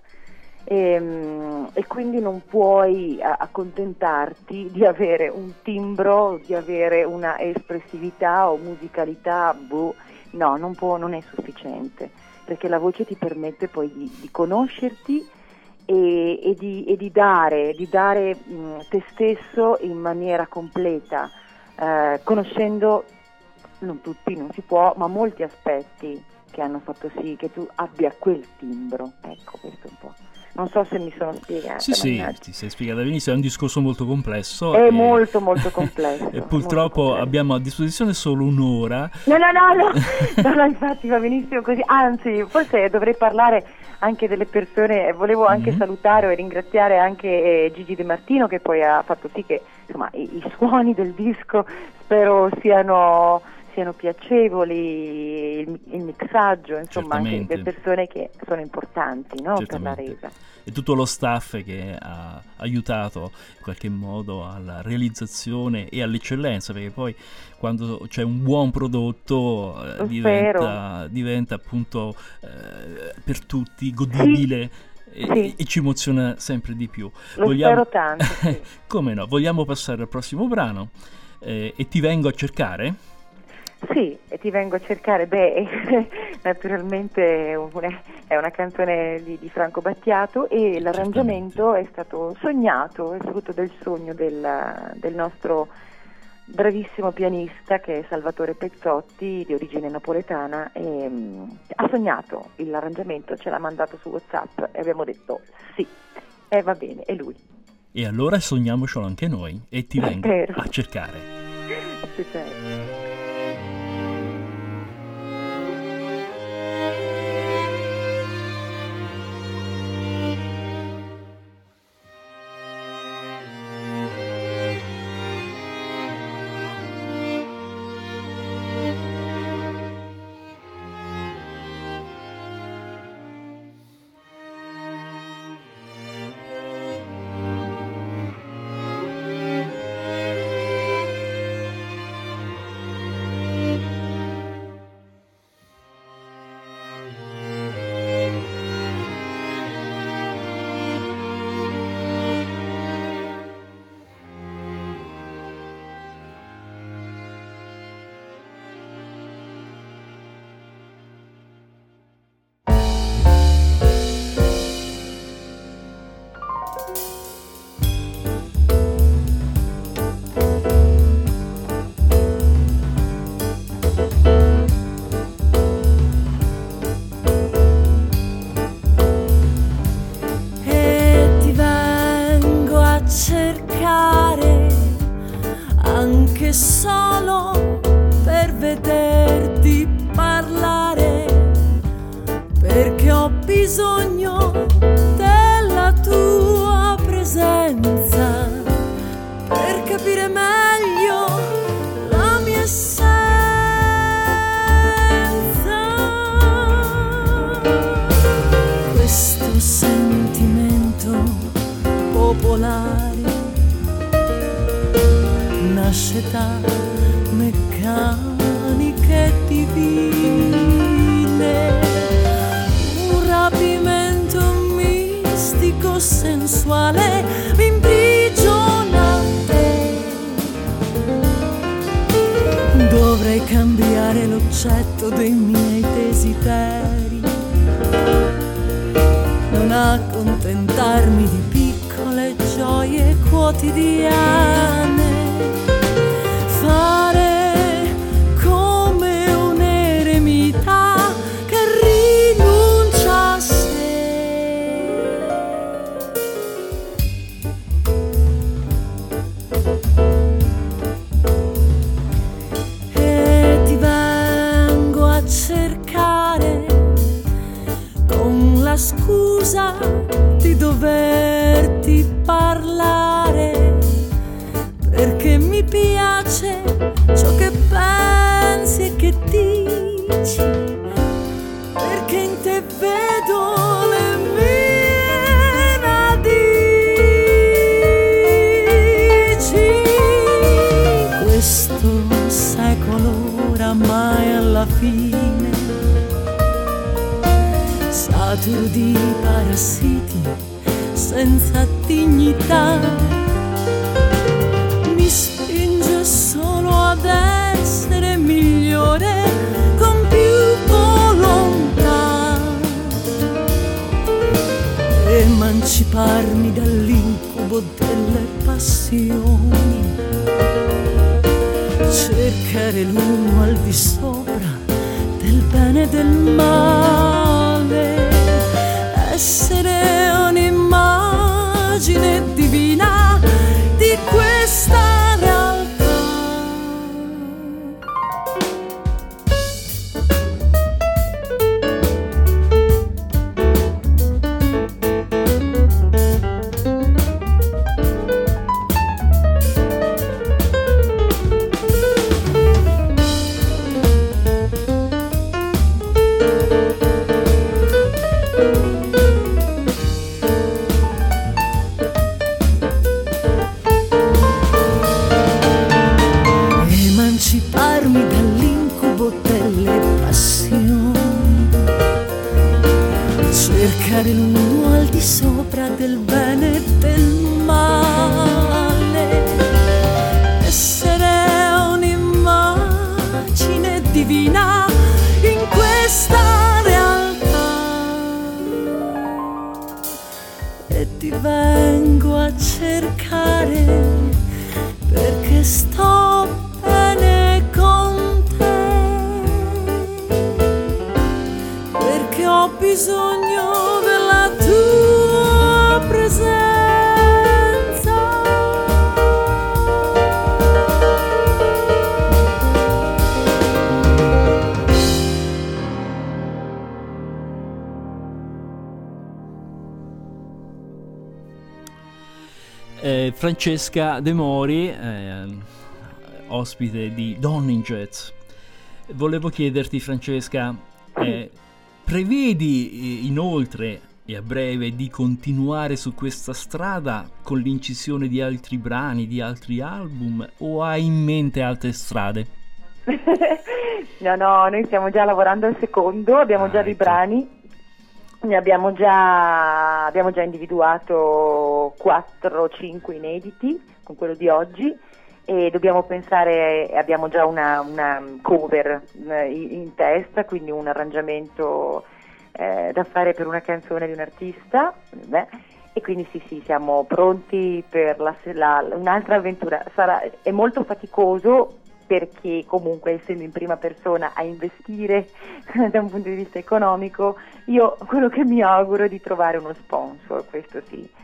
Ehm, E, quindi non puoi a- accontentarti di avere un timbro, di avere una espressività o musicalità, boh, no, non può, non è sufficiente, perché la voce ti permette poi di, di conoscerti e, e di, e di dare, di dare mh, te stesso in maniera completa, eh, conoscendo, non tutti, non si può, ma molti aspetti che hanno fatto sì che tu abbia quel timbro. Ecco, questo è un po'. Non so se mi sono spiegata. Sì, sì, mannaggia. ti sei spiegata benissimo, è un discorso molto complesso. È e- molto molto complesso. E molto purtroppo complesso. abbiamo a disposizione solo un'ora. No, no, no, no, no, no, infatti va benissimo così. Anzi, forse dovrei parlare anche delle persone. Volevo anche Mhm. salutare e ringraziare anche eh, Gigi De Martino, che poi ha fatto sì che insomma i, i suoni del disco spero siano siano piacevoli, il, il mixaggio, insomma, anche Certamente. le persone che sono importanti, no, per la Certamente. resa. E tutto lo staff che ha aiutato in qualche modo alla realizzazione e all'eccellenza, perché poi quando c'è un buon prodotto eh, Lo diventa, diventa appunto eh, per tutti godibile. E, Sì. e ci emoziona sempre di più. Lo spero tanto, sì. Come no, vogliamo passare al prossimo brano, eh, e ti vengo a cercare? Sì, e ti vengo a cercare. Beh, naturalmente è una, è una canzone di, di Franco Battiato, e l'arrangiamento è stato sognato, è frutto del sogno del, del nostro bravissimo pianista, che è Salvatore Pezzotti, di origine napoletana, e mh, ha sognato l'arrangiamento, ce l'ha mandato su WhatsApp e abbiamo detto sì, e va bene, è lui. E allora sogniamocelo anche noi, e ti vengo Spero. a cercare. Sì, sì. solo per vederti parlare, perché ho bisogno della tua presenza per capire meglio la mia essenza. Questo sentimento popolare nasce da meccaniche divine, un rapimento mistico sensuale mi imprigiona a te. Dovrei cambiare l'oggetto dei miei desideri, non accontentarmi di piccole gioie quotidiane, fare come un eremita che rinuncia a sé. E ti vengo a cercare con la scusa di doverti parlare, perché mi piace ciò che pensi e che dici, perché in te vedo le mie radici. Questo secolo oramai alla fine, saturo di parassiti senza dignità, mi spinge solo ad essere migliore con più volontà, emanciparmi dall'incubo delle passioni, cercare l'uno al di sopra del bene e del male, essere un'immagine divina di questa realtà. Emanciparmi dall'incubo delle passioni, cercare l'uno al di sopra del bene e del male, essere un'immagine divina in questa realtà. E ti vengo a cercare perché sto bene con te, perché ho bisogno della tua presenza. Eh, Francesca De Mori, eh, ospite di Donne in Jazz. Volevo chiederti, Francesca, eh, prevedi eh, inoltre e a breve di continuare su questa strada con l'incisione di altri brani, di altri album, o hai in mente altre strade? No, no, noi stiamo già lavorando al secondo, abbiamo ah, già dei ecco. brani. Ne abbiamo già, abbiamo già individuato quattro o cinque inediti con quello di oggi e dobbiamo pensare, abbiamo già una, una cover in, in testa, quindi un arrangiamento eh, da fare per una canzone di un artista, beh, e quindi sì sì siamo pronti per la, la, un'altra avventura. Sarà, è molto faticoso perché comunque essendo in prima persona a investire da un punto di vista economico, io quello che mi auguro è di trovare uno sponsor, questo sì,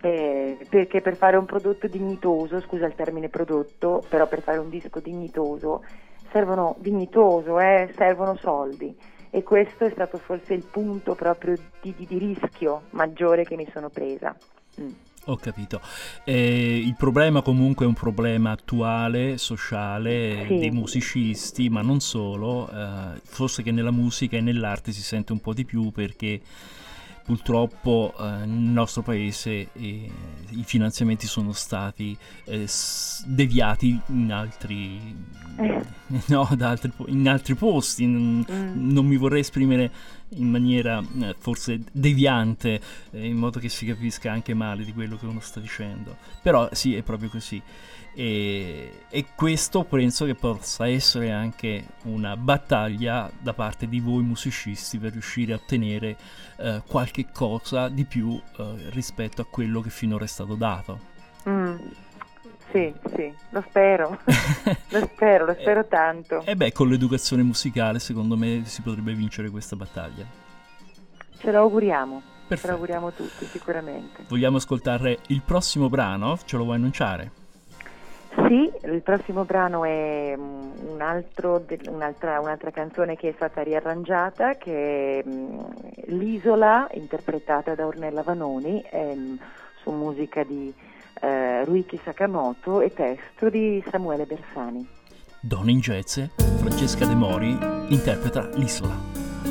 eh, perché per fare un prodotto dignitoso, scusa il termine prodotto, però per fare un disco dignitoso servono dignitoso, eh, servono soldi, e questo è stato forse il punto proprio di, di, di rischio maggiore che mi sono presa. Mm. Ho capito. Eh, il problema comunque è un problema attuale, sociale, sì. dei musicisti, ma non solo, eh, forse che nella musica e nell'arte si sente un po' di più, perché purtroppo eh, nel nostro paese eh, i finanziamenti sono stati eh, s- deviati in altri, Eh. no, da altri po- in altri posti. Non, Mm. non mi vorrei esprimere in maniera eh, forse deviante, eh, in modo che si capisca anche male di quello che uno sta dicendo, però sì, è proprio così. E, e questo penso che possa essere anche una battaglia da parte di voi musicisti per riuscire a ottenere eh, qualche cosa di più eh, rispetto a quello che finora è stato dato. Mm. Sì, sì, lo spero, lo spero, lo spero tanto. E beh, con l'educazione musicale secondo me si potrebbe vincere questa battaglia. Ce lo auguriamo, Perfetto. ce lo auguriamo tutti sicuramente. Vogliamo ascoltare il prossimo brano? Ce lo vuoi annunciare? Sì, il prossimo brano è um, un altro de- un'altra, un'altra canzone che è stata riarrangiata, che è um, L'Isola, interpretata da Ornella Vanoni, um, su musica di uh, Ryuichi Sakamoto e testo di Samuele Bersani. Donna in Jazz, Francesca De Mori interpreta L'Isola.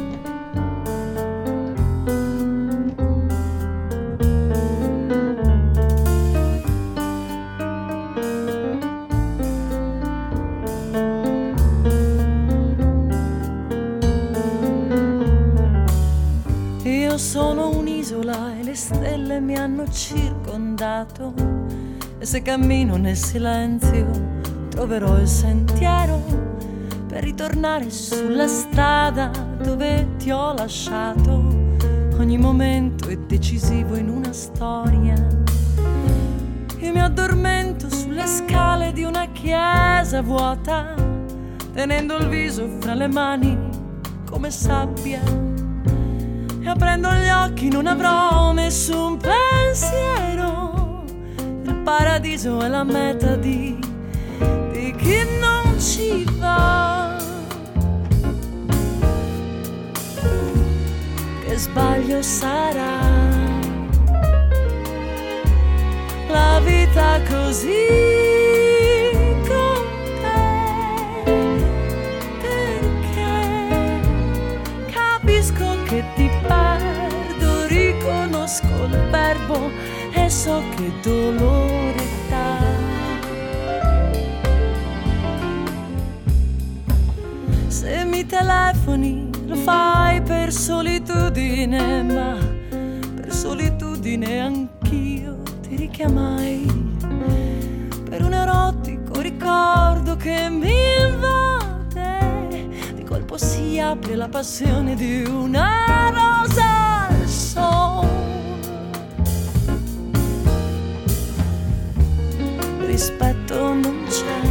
Io sono un'isola e le stelle mi hanno circondato, e se cammino nel silenzio troverò il sentiero per ritornare sulla strada dove ti ho lasciato. Ogni momento è decisivo in una storia. Io mi addormento sulle scale di una chiesa vuota, tenendo il viso fra le mani come sabbia. E aprendo gli occhi non avrò nessun pensiero. Il paradiso è la meta di, di chi non ci va. Che sbaglio sarà la vita così con te, perché capisco che ti perdo, riconosco il verbo e so che dolore dà. Se mi telefoni lo fai per solitudine, ma per solitudine anch'io ti richiamai, per un erotico ricordo che mi invade. Di colpo si apre la passione di una rosa al sole. Rispetto non c'è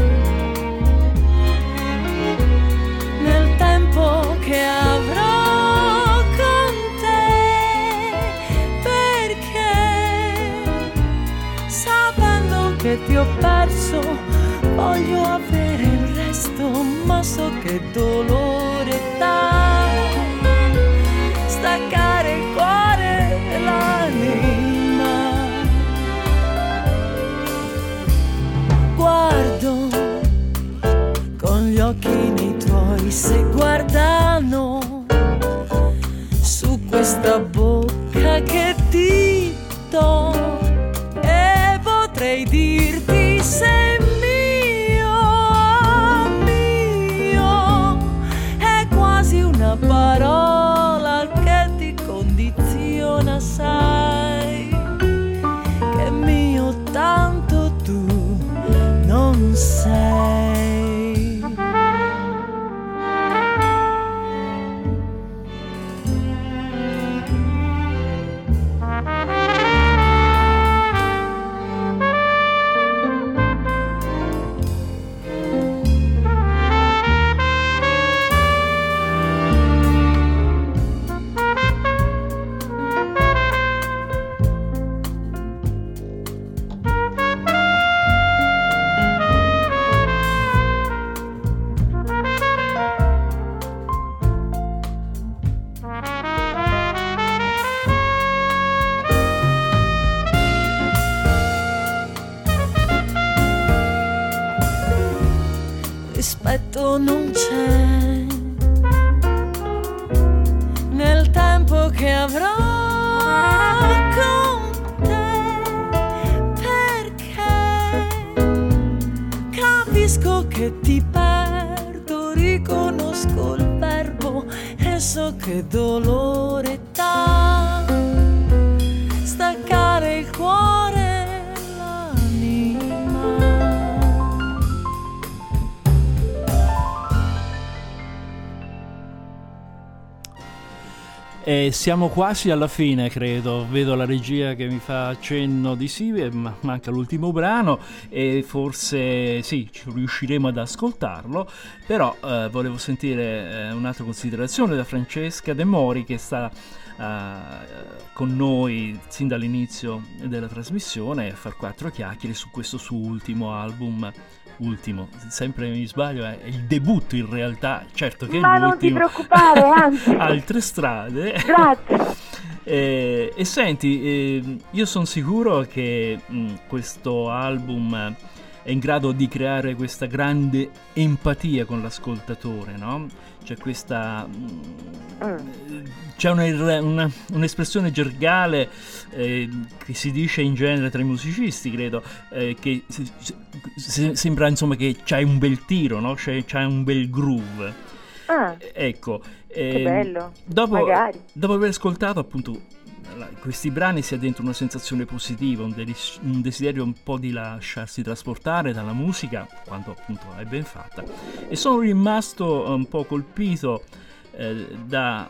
nel tempo che avrò con te, perché sapendo che ti ho perso voglio avere il resto, ma so che dolore dà staccare il cuore e l'anima. Guardo con gli occhi nei tuoi, se guardano su questa bocca che ti do, e potrei dirti sei mio, mio. È quasi una parola che ti condiziona, sai che mio tanto tu non sei. rispetto non c'è nel tempo che avrò con te, perché capisco che ti perdo, riconosco il verbo e so che dolore dà staccare il cuore. E siamo quasi alla fine, credo. Vedo la regia che mi fa cenno di sì, ma manca l'ultimo brano e forse sì, ci riusciremo ad ascoltarlo. Però eh, volevo sentire eh, un'altra considerazione da Francesca De Mori, che sta eh, con noi sin dall'inizio della trasmissione a far quattro chiacchiere su questo suo ultimo album. Ultimo, sempre mi sbaglio, è il debutto in realtà, certo che ma è l'ultimo. Non ti preoccupare, anzi. Altre strade. Grazie. e, e senti, eh, io sono sicuro che mh, questo album è in grado di creare questa grande empatia con l'ascoltatore, no? C'è questa mm. c'è una, una, un'espressione gergale eh, che si dice in genere tra i musicisti, credo, eh, che se, se, sembra insomma che c'hai un bel tiro, no? C'è, c'hai un bel groove. Ah, ecco, che eh, bello. Dopo, magari. dopo aver ascoltato appunto questi brani si ha dentro una sensazione positiva, un, delis- un desiderio un po' di lasciarsi trasportare dalla musica quando appunto è ben fatta, e sono rimasto un po' colpito eh, da,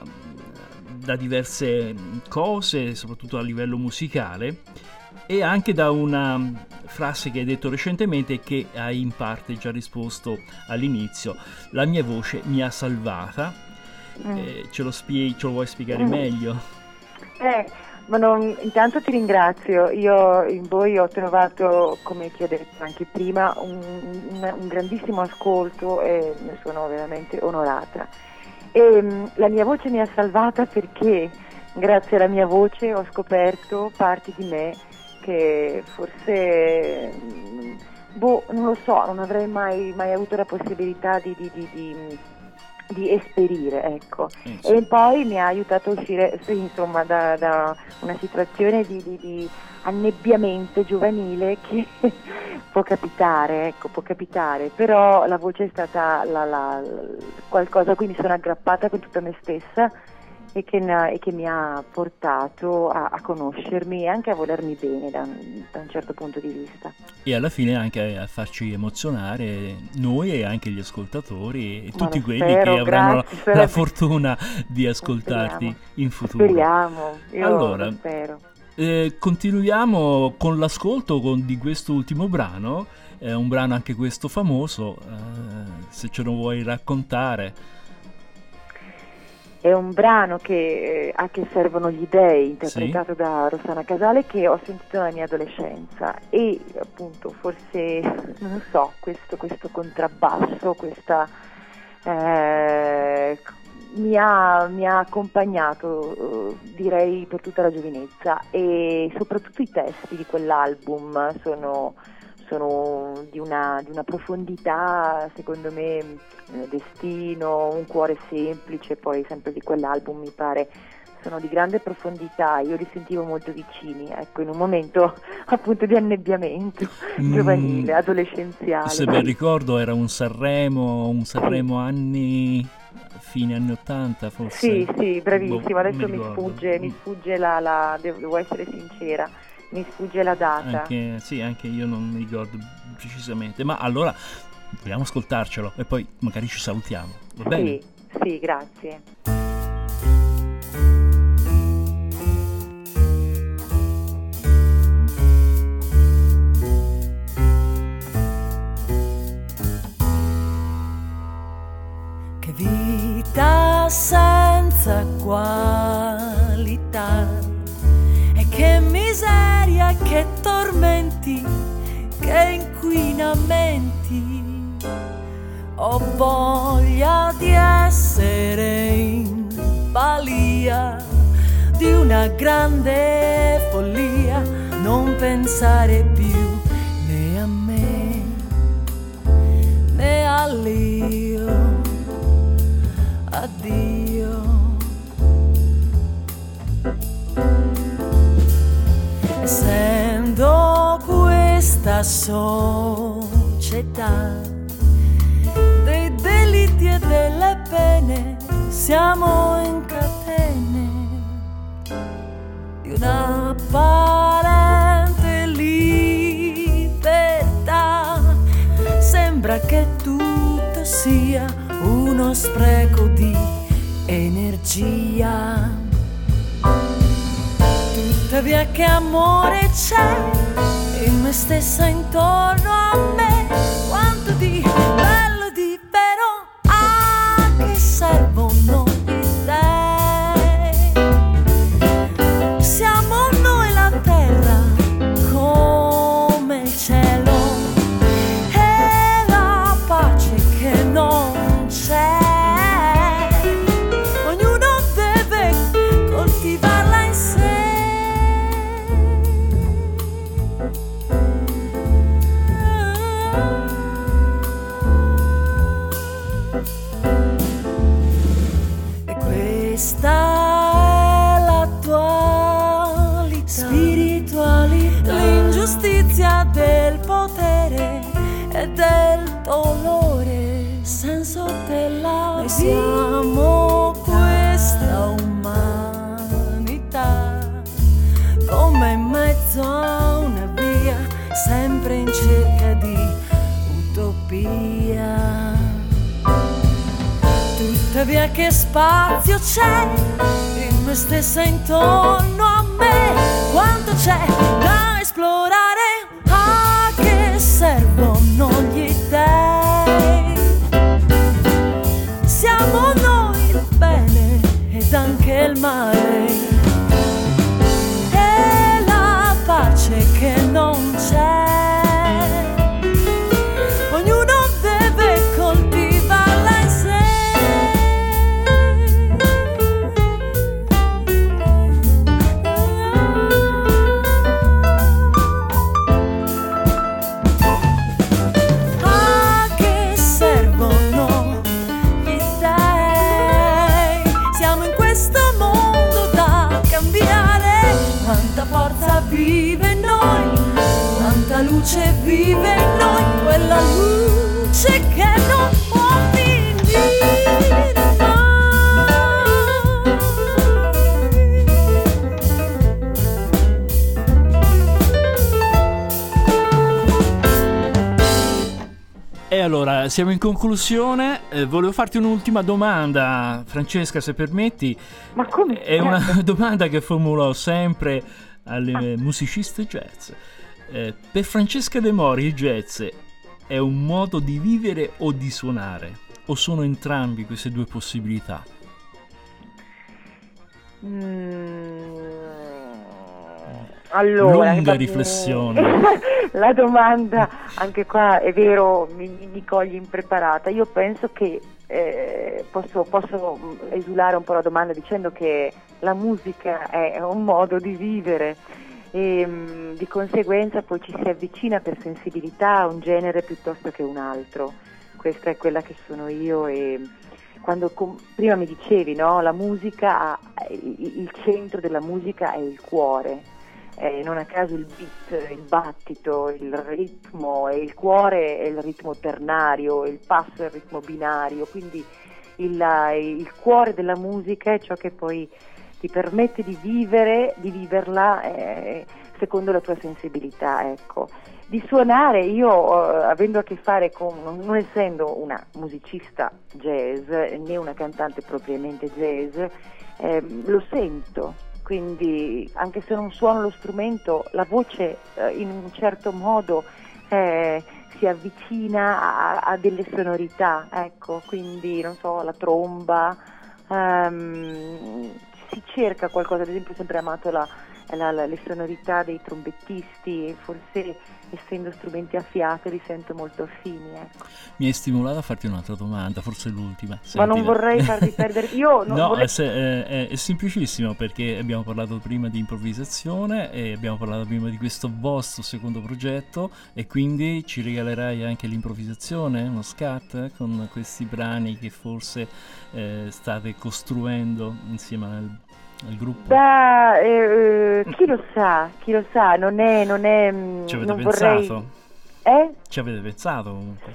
da diverse cose, soprattutto a livello musicale, e anche da una frase che hai detto recentemente, che hai in parte già risposto all'inizio: la mia voce mi ha salvata. mm. eh, ce, lo spie- ce lo vuoi spiegare mm. meglio? Eh, ma non, intanto ti ringrazio. Io in voi ho trovato, come ti ho detto anche prima, un, un, un grandissimo ascolto e ne sono veramente onorata. E, mh, la mia voce mi ha salvata perché grazie alla mia voce ho scoperto parti di me che forse, mh, boh, non lo so, non avrei mai, mai avuto la possibilità di... di, di, di di esperire, ecco. Eh, sì. E poi mi ha aiutato a uscire, sì, insomma, da, da una situazione di, di, di annebbiamento giovanile che può capitare, ecco, può capitare, però la voce è stata la, la, qualcosa a cui mi sono aggrappata con tutta me stessa e che, e che mi ha portato a, a conoscermi e anche a volermi bene da, da un certo punto di vista. E alla fine anche a farci emozionare noi e anche gli ascoltatori e tutti quelli spero, che avranno grazie, la, la fortuna di ascoltarti speriamo. in futuro. Speriamo, io allora, lo spero. Eh, continuiamo con l'ascolto con, di questo ultimo brano, è eh, un brano anche questo famoso, eh, se ce lo vuoi raccontare. È un brano che eh, A che servono gli dèi, interpretato sì. da Rossana Casale, che ho sentito nella mia adolescenza e appunto forse, non so, questo, questo contrabbasso, questa eh, mi, ha, mi ha accompagnato eh, direi per tutta la giovinezza, e soprattutto i testi di quell'album sono... sono di una, di una profondità, secondo me, eh, Destino, Un cuore semplice, poi sempre di quell'album mi pare, sono di grande profondità, io li sentivo molto vicini, ecco, in un momento appunto di annebbiamento mm, giovanile, adolescenziale. Se ben ricordo era un Sanremo, un Sanremo sì. anni... fine anni ottanta forse. Sì, sì, bravissimo, boh, adesso mi, mi sfugge, mi sfugge la, la, devo essere sincera, mi sfugge la data. Anche, sì, anche io non mi ricordo precisamente, ma allora vogliamo ascoltarcelo e poi magari ci salutiamo, va bene? Sì, sì, grazie. Che vita senza qualità, e che miseria, che tormenti, che inquinamenti. Ho voglia di essere in balia di una grande follia, non pensare più né a me né a lì. bene, siamo in catene di una apparente libertà. Sembra che tutto sia uno spreco di energia. Tuttavia che amore c'è in me stessa, intorno a me, quanto di bello, di vero, a che servono gli dèi. Siamo noi la terra come il cielo e la pace che non c'è. Ognuno deve coltivarla in sé. Questa è l'attualità, spiritualità, l'ingiustizia del potere e del dolore, senso della vita. Siamo questa umanità, come in mezzo a una via, sempre in cerca di utopia. Tuttavia che spazio c'è in me stessa, intorno a me, quanto c'è da esplorare, a che servono gli dèi. Siamo noi il bene ed anche il male e la pace che non c'è. Ognuno deve coltivarla in sé. Vive in noi, quanta luce vive in noi, quella luce che non può finire mai. E allora, siamo in conclusione. Eh, volevo farti un'ultima domanda, Francesca, se permetti. Ma come? È una domanda che formulo sempre alle musiciste jazz. Eh, per Francesca De Mori il jazz è un modo di vivere o di suonare? O sono entrambi queste due possibilità? Mm, allora, lunga riflessione. La domanda, anche qua è vero, mi, mi cogli impreparata. Io penso che eh, posso, posso esulare un po' la domanda dicendo che la musica è un modo di vivere e mh, di conseguenza poi ci si avvicina per sensibilità a un genere piuttosto che un altro. Questa è quella che sono io e quando com- prima mi dicevi, no? La musica, il, il centro della musica è il cuore. Eh, non a caso il beat, il battito, il ritmo, e il cuore è il ritmo ternario, il passo è il ritmo binario, quindi il, il cuore della musica è ciò che poi ti permette di vivere, di viverla eh, secondo la tua sensibilità, ecco. Di suonare, io eh, avendo a che fare con, non, non essendo una musicista jazz né una cantante propriamente jazz, eh, lo sento. Quindi anche se non suono lo strumento, la voce eh, in un certo modo eh, si avvicina a, a delle sonorità, ecco, quindi non so, la tromba, um, si cerca qualcosa, ad esempio ho sempre amato la, la, la, le sonorità dei trombettisti, forse essendo strumenti a fiato li sento molto affini, ecco. Mi hai stimolato a farti un'altra domanda, forse l'ultima. Ma Sentila. non vorrei farvi perdere io non no vorrei... è, se, è, è, è semplicissimo, perché abbiamo parlato prima di improvvisazione e abbiamo parlato prima di questo vostro secondo progetto, e quindi ci regalerai anche l'improvvisazione, uno scat eh, con questi brani che forse eh, state costruendo insieme al il gruppo? Beh, eh, chi lo sa, chi lo sa, non è, non è, ci avete non pensato? vorrei... Eh? Ci avete pensato comunque?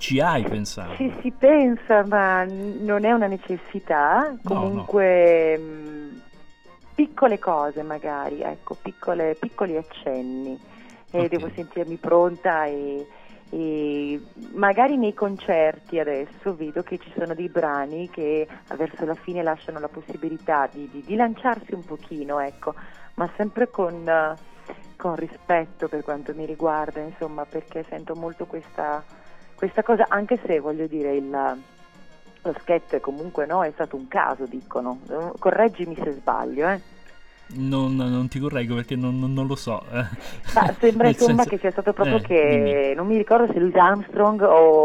ci hai pensato. Ci si pensa, ma non è una necessità, comunque no, no. Mh, piccole cose magari, ecco, piccole, piccoli accenni, e okay. Devo sentirmi pronta e, e magari nei concerti adesso vedo che ci sono dei brani che verso la fine lasciano la possibilità di, di, di lanciarsi un pochino, ecco, ma sempre con, con rispetto per quanto mi riguarda, insomma, perché sento molto questa, questa cosa, anche se voglio dire il... lo sketch comunque no, è stato un caso, dicono. Correggimi se sbaglio, eh. Non, non ti correggo perché non, non, non lo so. Ma sembra insomma senso... che sia stato proprio eh, che dimmi. Non mi ricordo se Louis Armstrong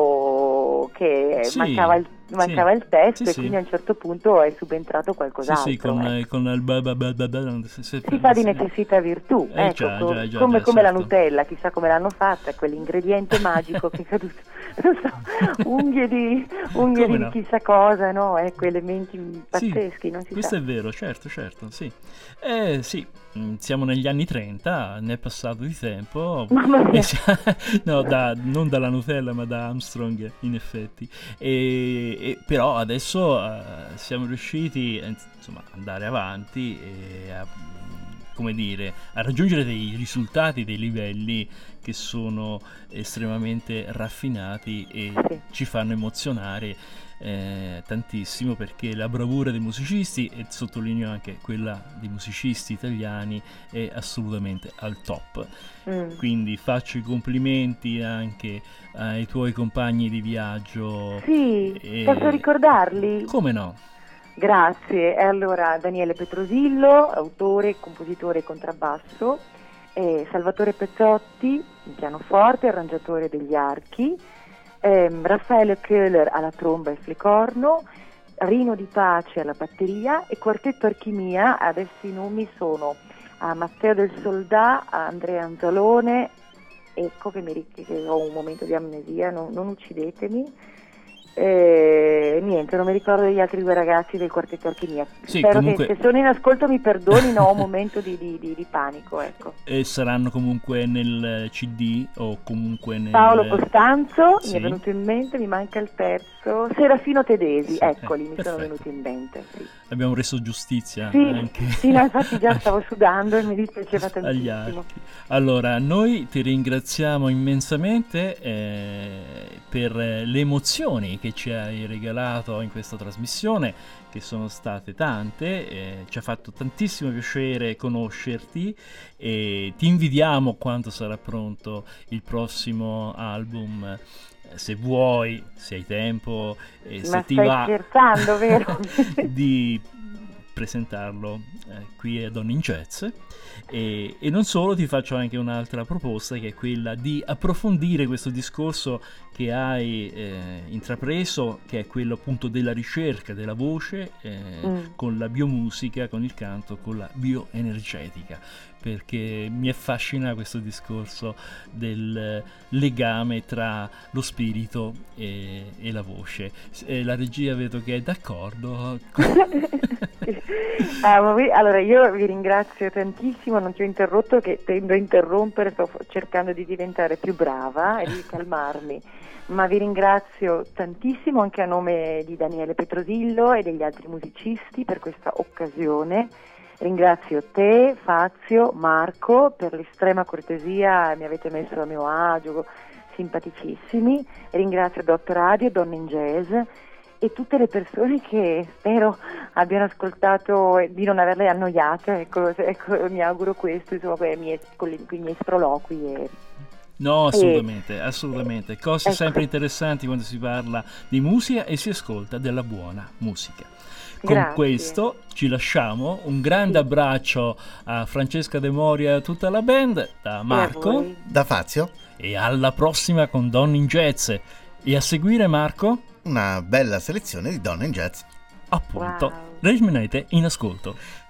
o che sì, mancava il mancava sì, il testo sì, e quindi a un certo punto è subentrato qualcos'altro. Sì, sì, con, eh. con il ba ba ba ba ba, si sì. fa di necessità virtù, eh, ecco, già, co- già, già, come, già, come certo. la Nutella, chissà come l'hanno fatta, quell'ingrediente magico che è caduto, non so, unghie di, unghie di no? chissà cosa, no? Ecco, elementi pazzeschi, sì, non si questo sa. è vero, certo, certo, sì. Eh, sì, siamo negli anni trenta, ne è passato di tempo. Mamma mia. No, da, non dalla Nutella, ma da Armstrong, in effetti. E, e, però adesso uh, siamo riusciti a insomma, andare avanti e a, come dire, a raggiungere dei risultati, dei livelli che sono estremamente raffinati e sì. ci fanno emozionare eh, tantissimo, perché la bravura dei musicisti, e sottolineo anche quella dei musicisti italiani, è assolutamente al top. Mm. Quindi faccio i complimenti anche ai tuoi compagni di viaggio. Sì, e... posso ricordarli? Come no? Grazie. E allora Daniele Petrosillo, autore, compositore e contrabbasso, e Salvatore Pezzotti, pianoforte, arrangiatore degli archi, ehm, Raffaele Köhler alla tromba e flicorno, Rino Di Pace alla batteria e Quartetto Archimia. Adesso i nomi sono a Matteo del Soldà, a Andrea Anzalone, ecco che, mi, che ho un momento di amnesia, non, non uccidetemi. Eh, niente, non mi ricordo degli altri due ragazzi del Quartetto Alchimia. Sì, spero comunque... che se sono in ascolto mi perdonino, ho un momento di, di, di, di panico, ecco. E saranno comunque nel C D o comunque nel... Paolo Costanzo, sì. Mi è venuto in mente, mi manca il terzo, Serafino Tedesi, sì, eccoli, eh, mi perfetto. sono venuti in mente, sì. Abbiamo reso giustizia sì, anche sì, no, infatti già stavo sudando e mi dispiaceva agli tantissimo. archi. Allora, noi ti ringraziamo immensamente eh, per le emozioni che ci hai regalato in questa trasmissione, che sono state tante, eh, ci ha fatto tantissimo piacere conoscerti e ti invidiamo quando sarà pronto il prossimo album. Se vuoi, se hai tempo e se Ma ti stai va scherzando, vero? di presentarlo eh, qui a Donne in Jazz. E, e non solo, ti faccio anche un'altra proposta, che è quella di approfondire questo discorso che hai eh, intrapreso, che è quello appunto della ricerca della voce eh, mm. con la biomusica, con il canto, con la bioenergetica, perché mi affascina questo discorso del legame tra lo spirito e, e la voce. E la regia vedo che è d'accordo. ah, ma vi, allora io vi ringrazio tantissimo, non ti ho interrotto, che tendo a interrompere, sto cercando di diventare più brava e di calmarmi, ma vi ringrazio tantissimo anche a nome di Daniele Petrosillo e degli altri musicisti per questa occasione. Ringrazio te, Fazio, Marco, per l'estrema cortesia, mi avete messo a mio agio, simpaticissimi. Ringrazio Dot Radio, Donne in Jazz e tutte le persone che spero abbiano ascoltato e di non averle annoiate, ecco, ecco, mi auguro questo, insomma, con i miei, con i miei sproloqui. E... No, assolutamente, e... assolutamente. Cose ecco. sempre interessanti quando si parla di musica e si ascolta della buona musica. Con Grazie. questo ci lasciamo, un grande sì. abbraccio a Francesca De Moria e a tutta la band, da Marco, da Fazio, e alla prossima con Donne in Jazz. E a seguire, Marco, una bella selezione di Donne in Jazz. Appunto, wow. rimanete in ascolto.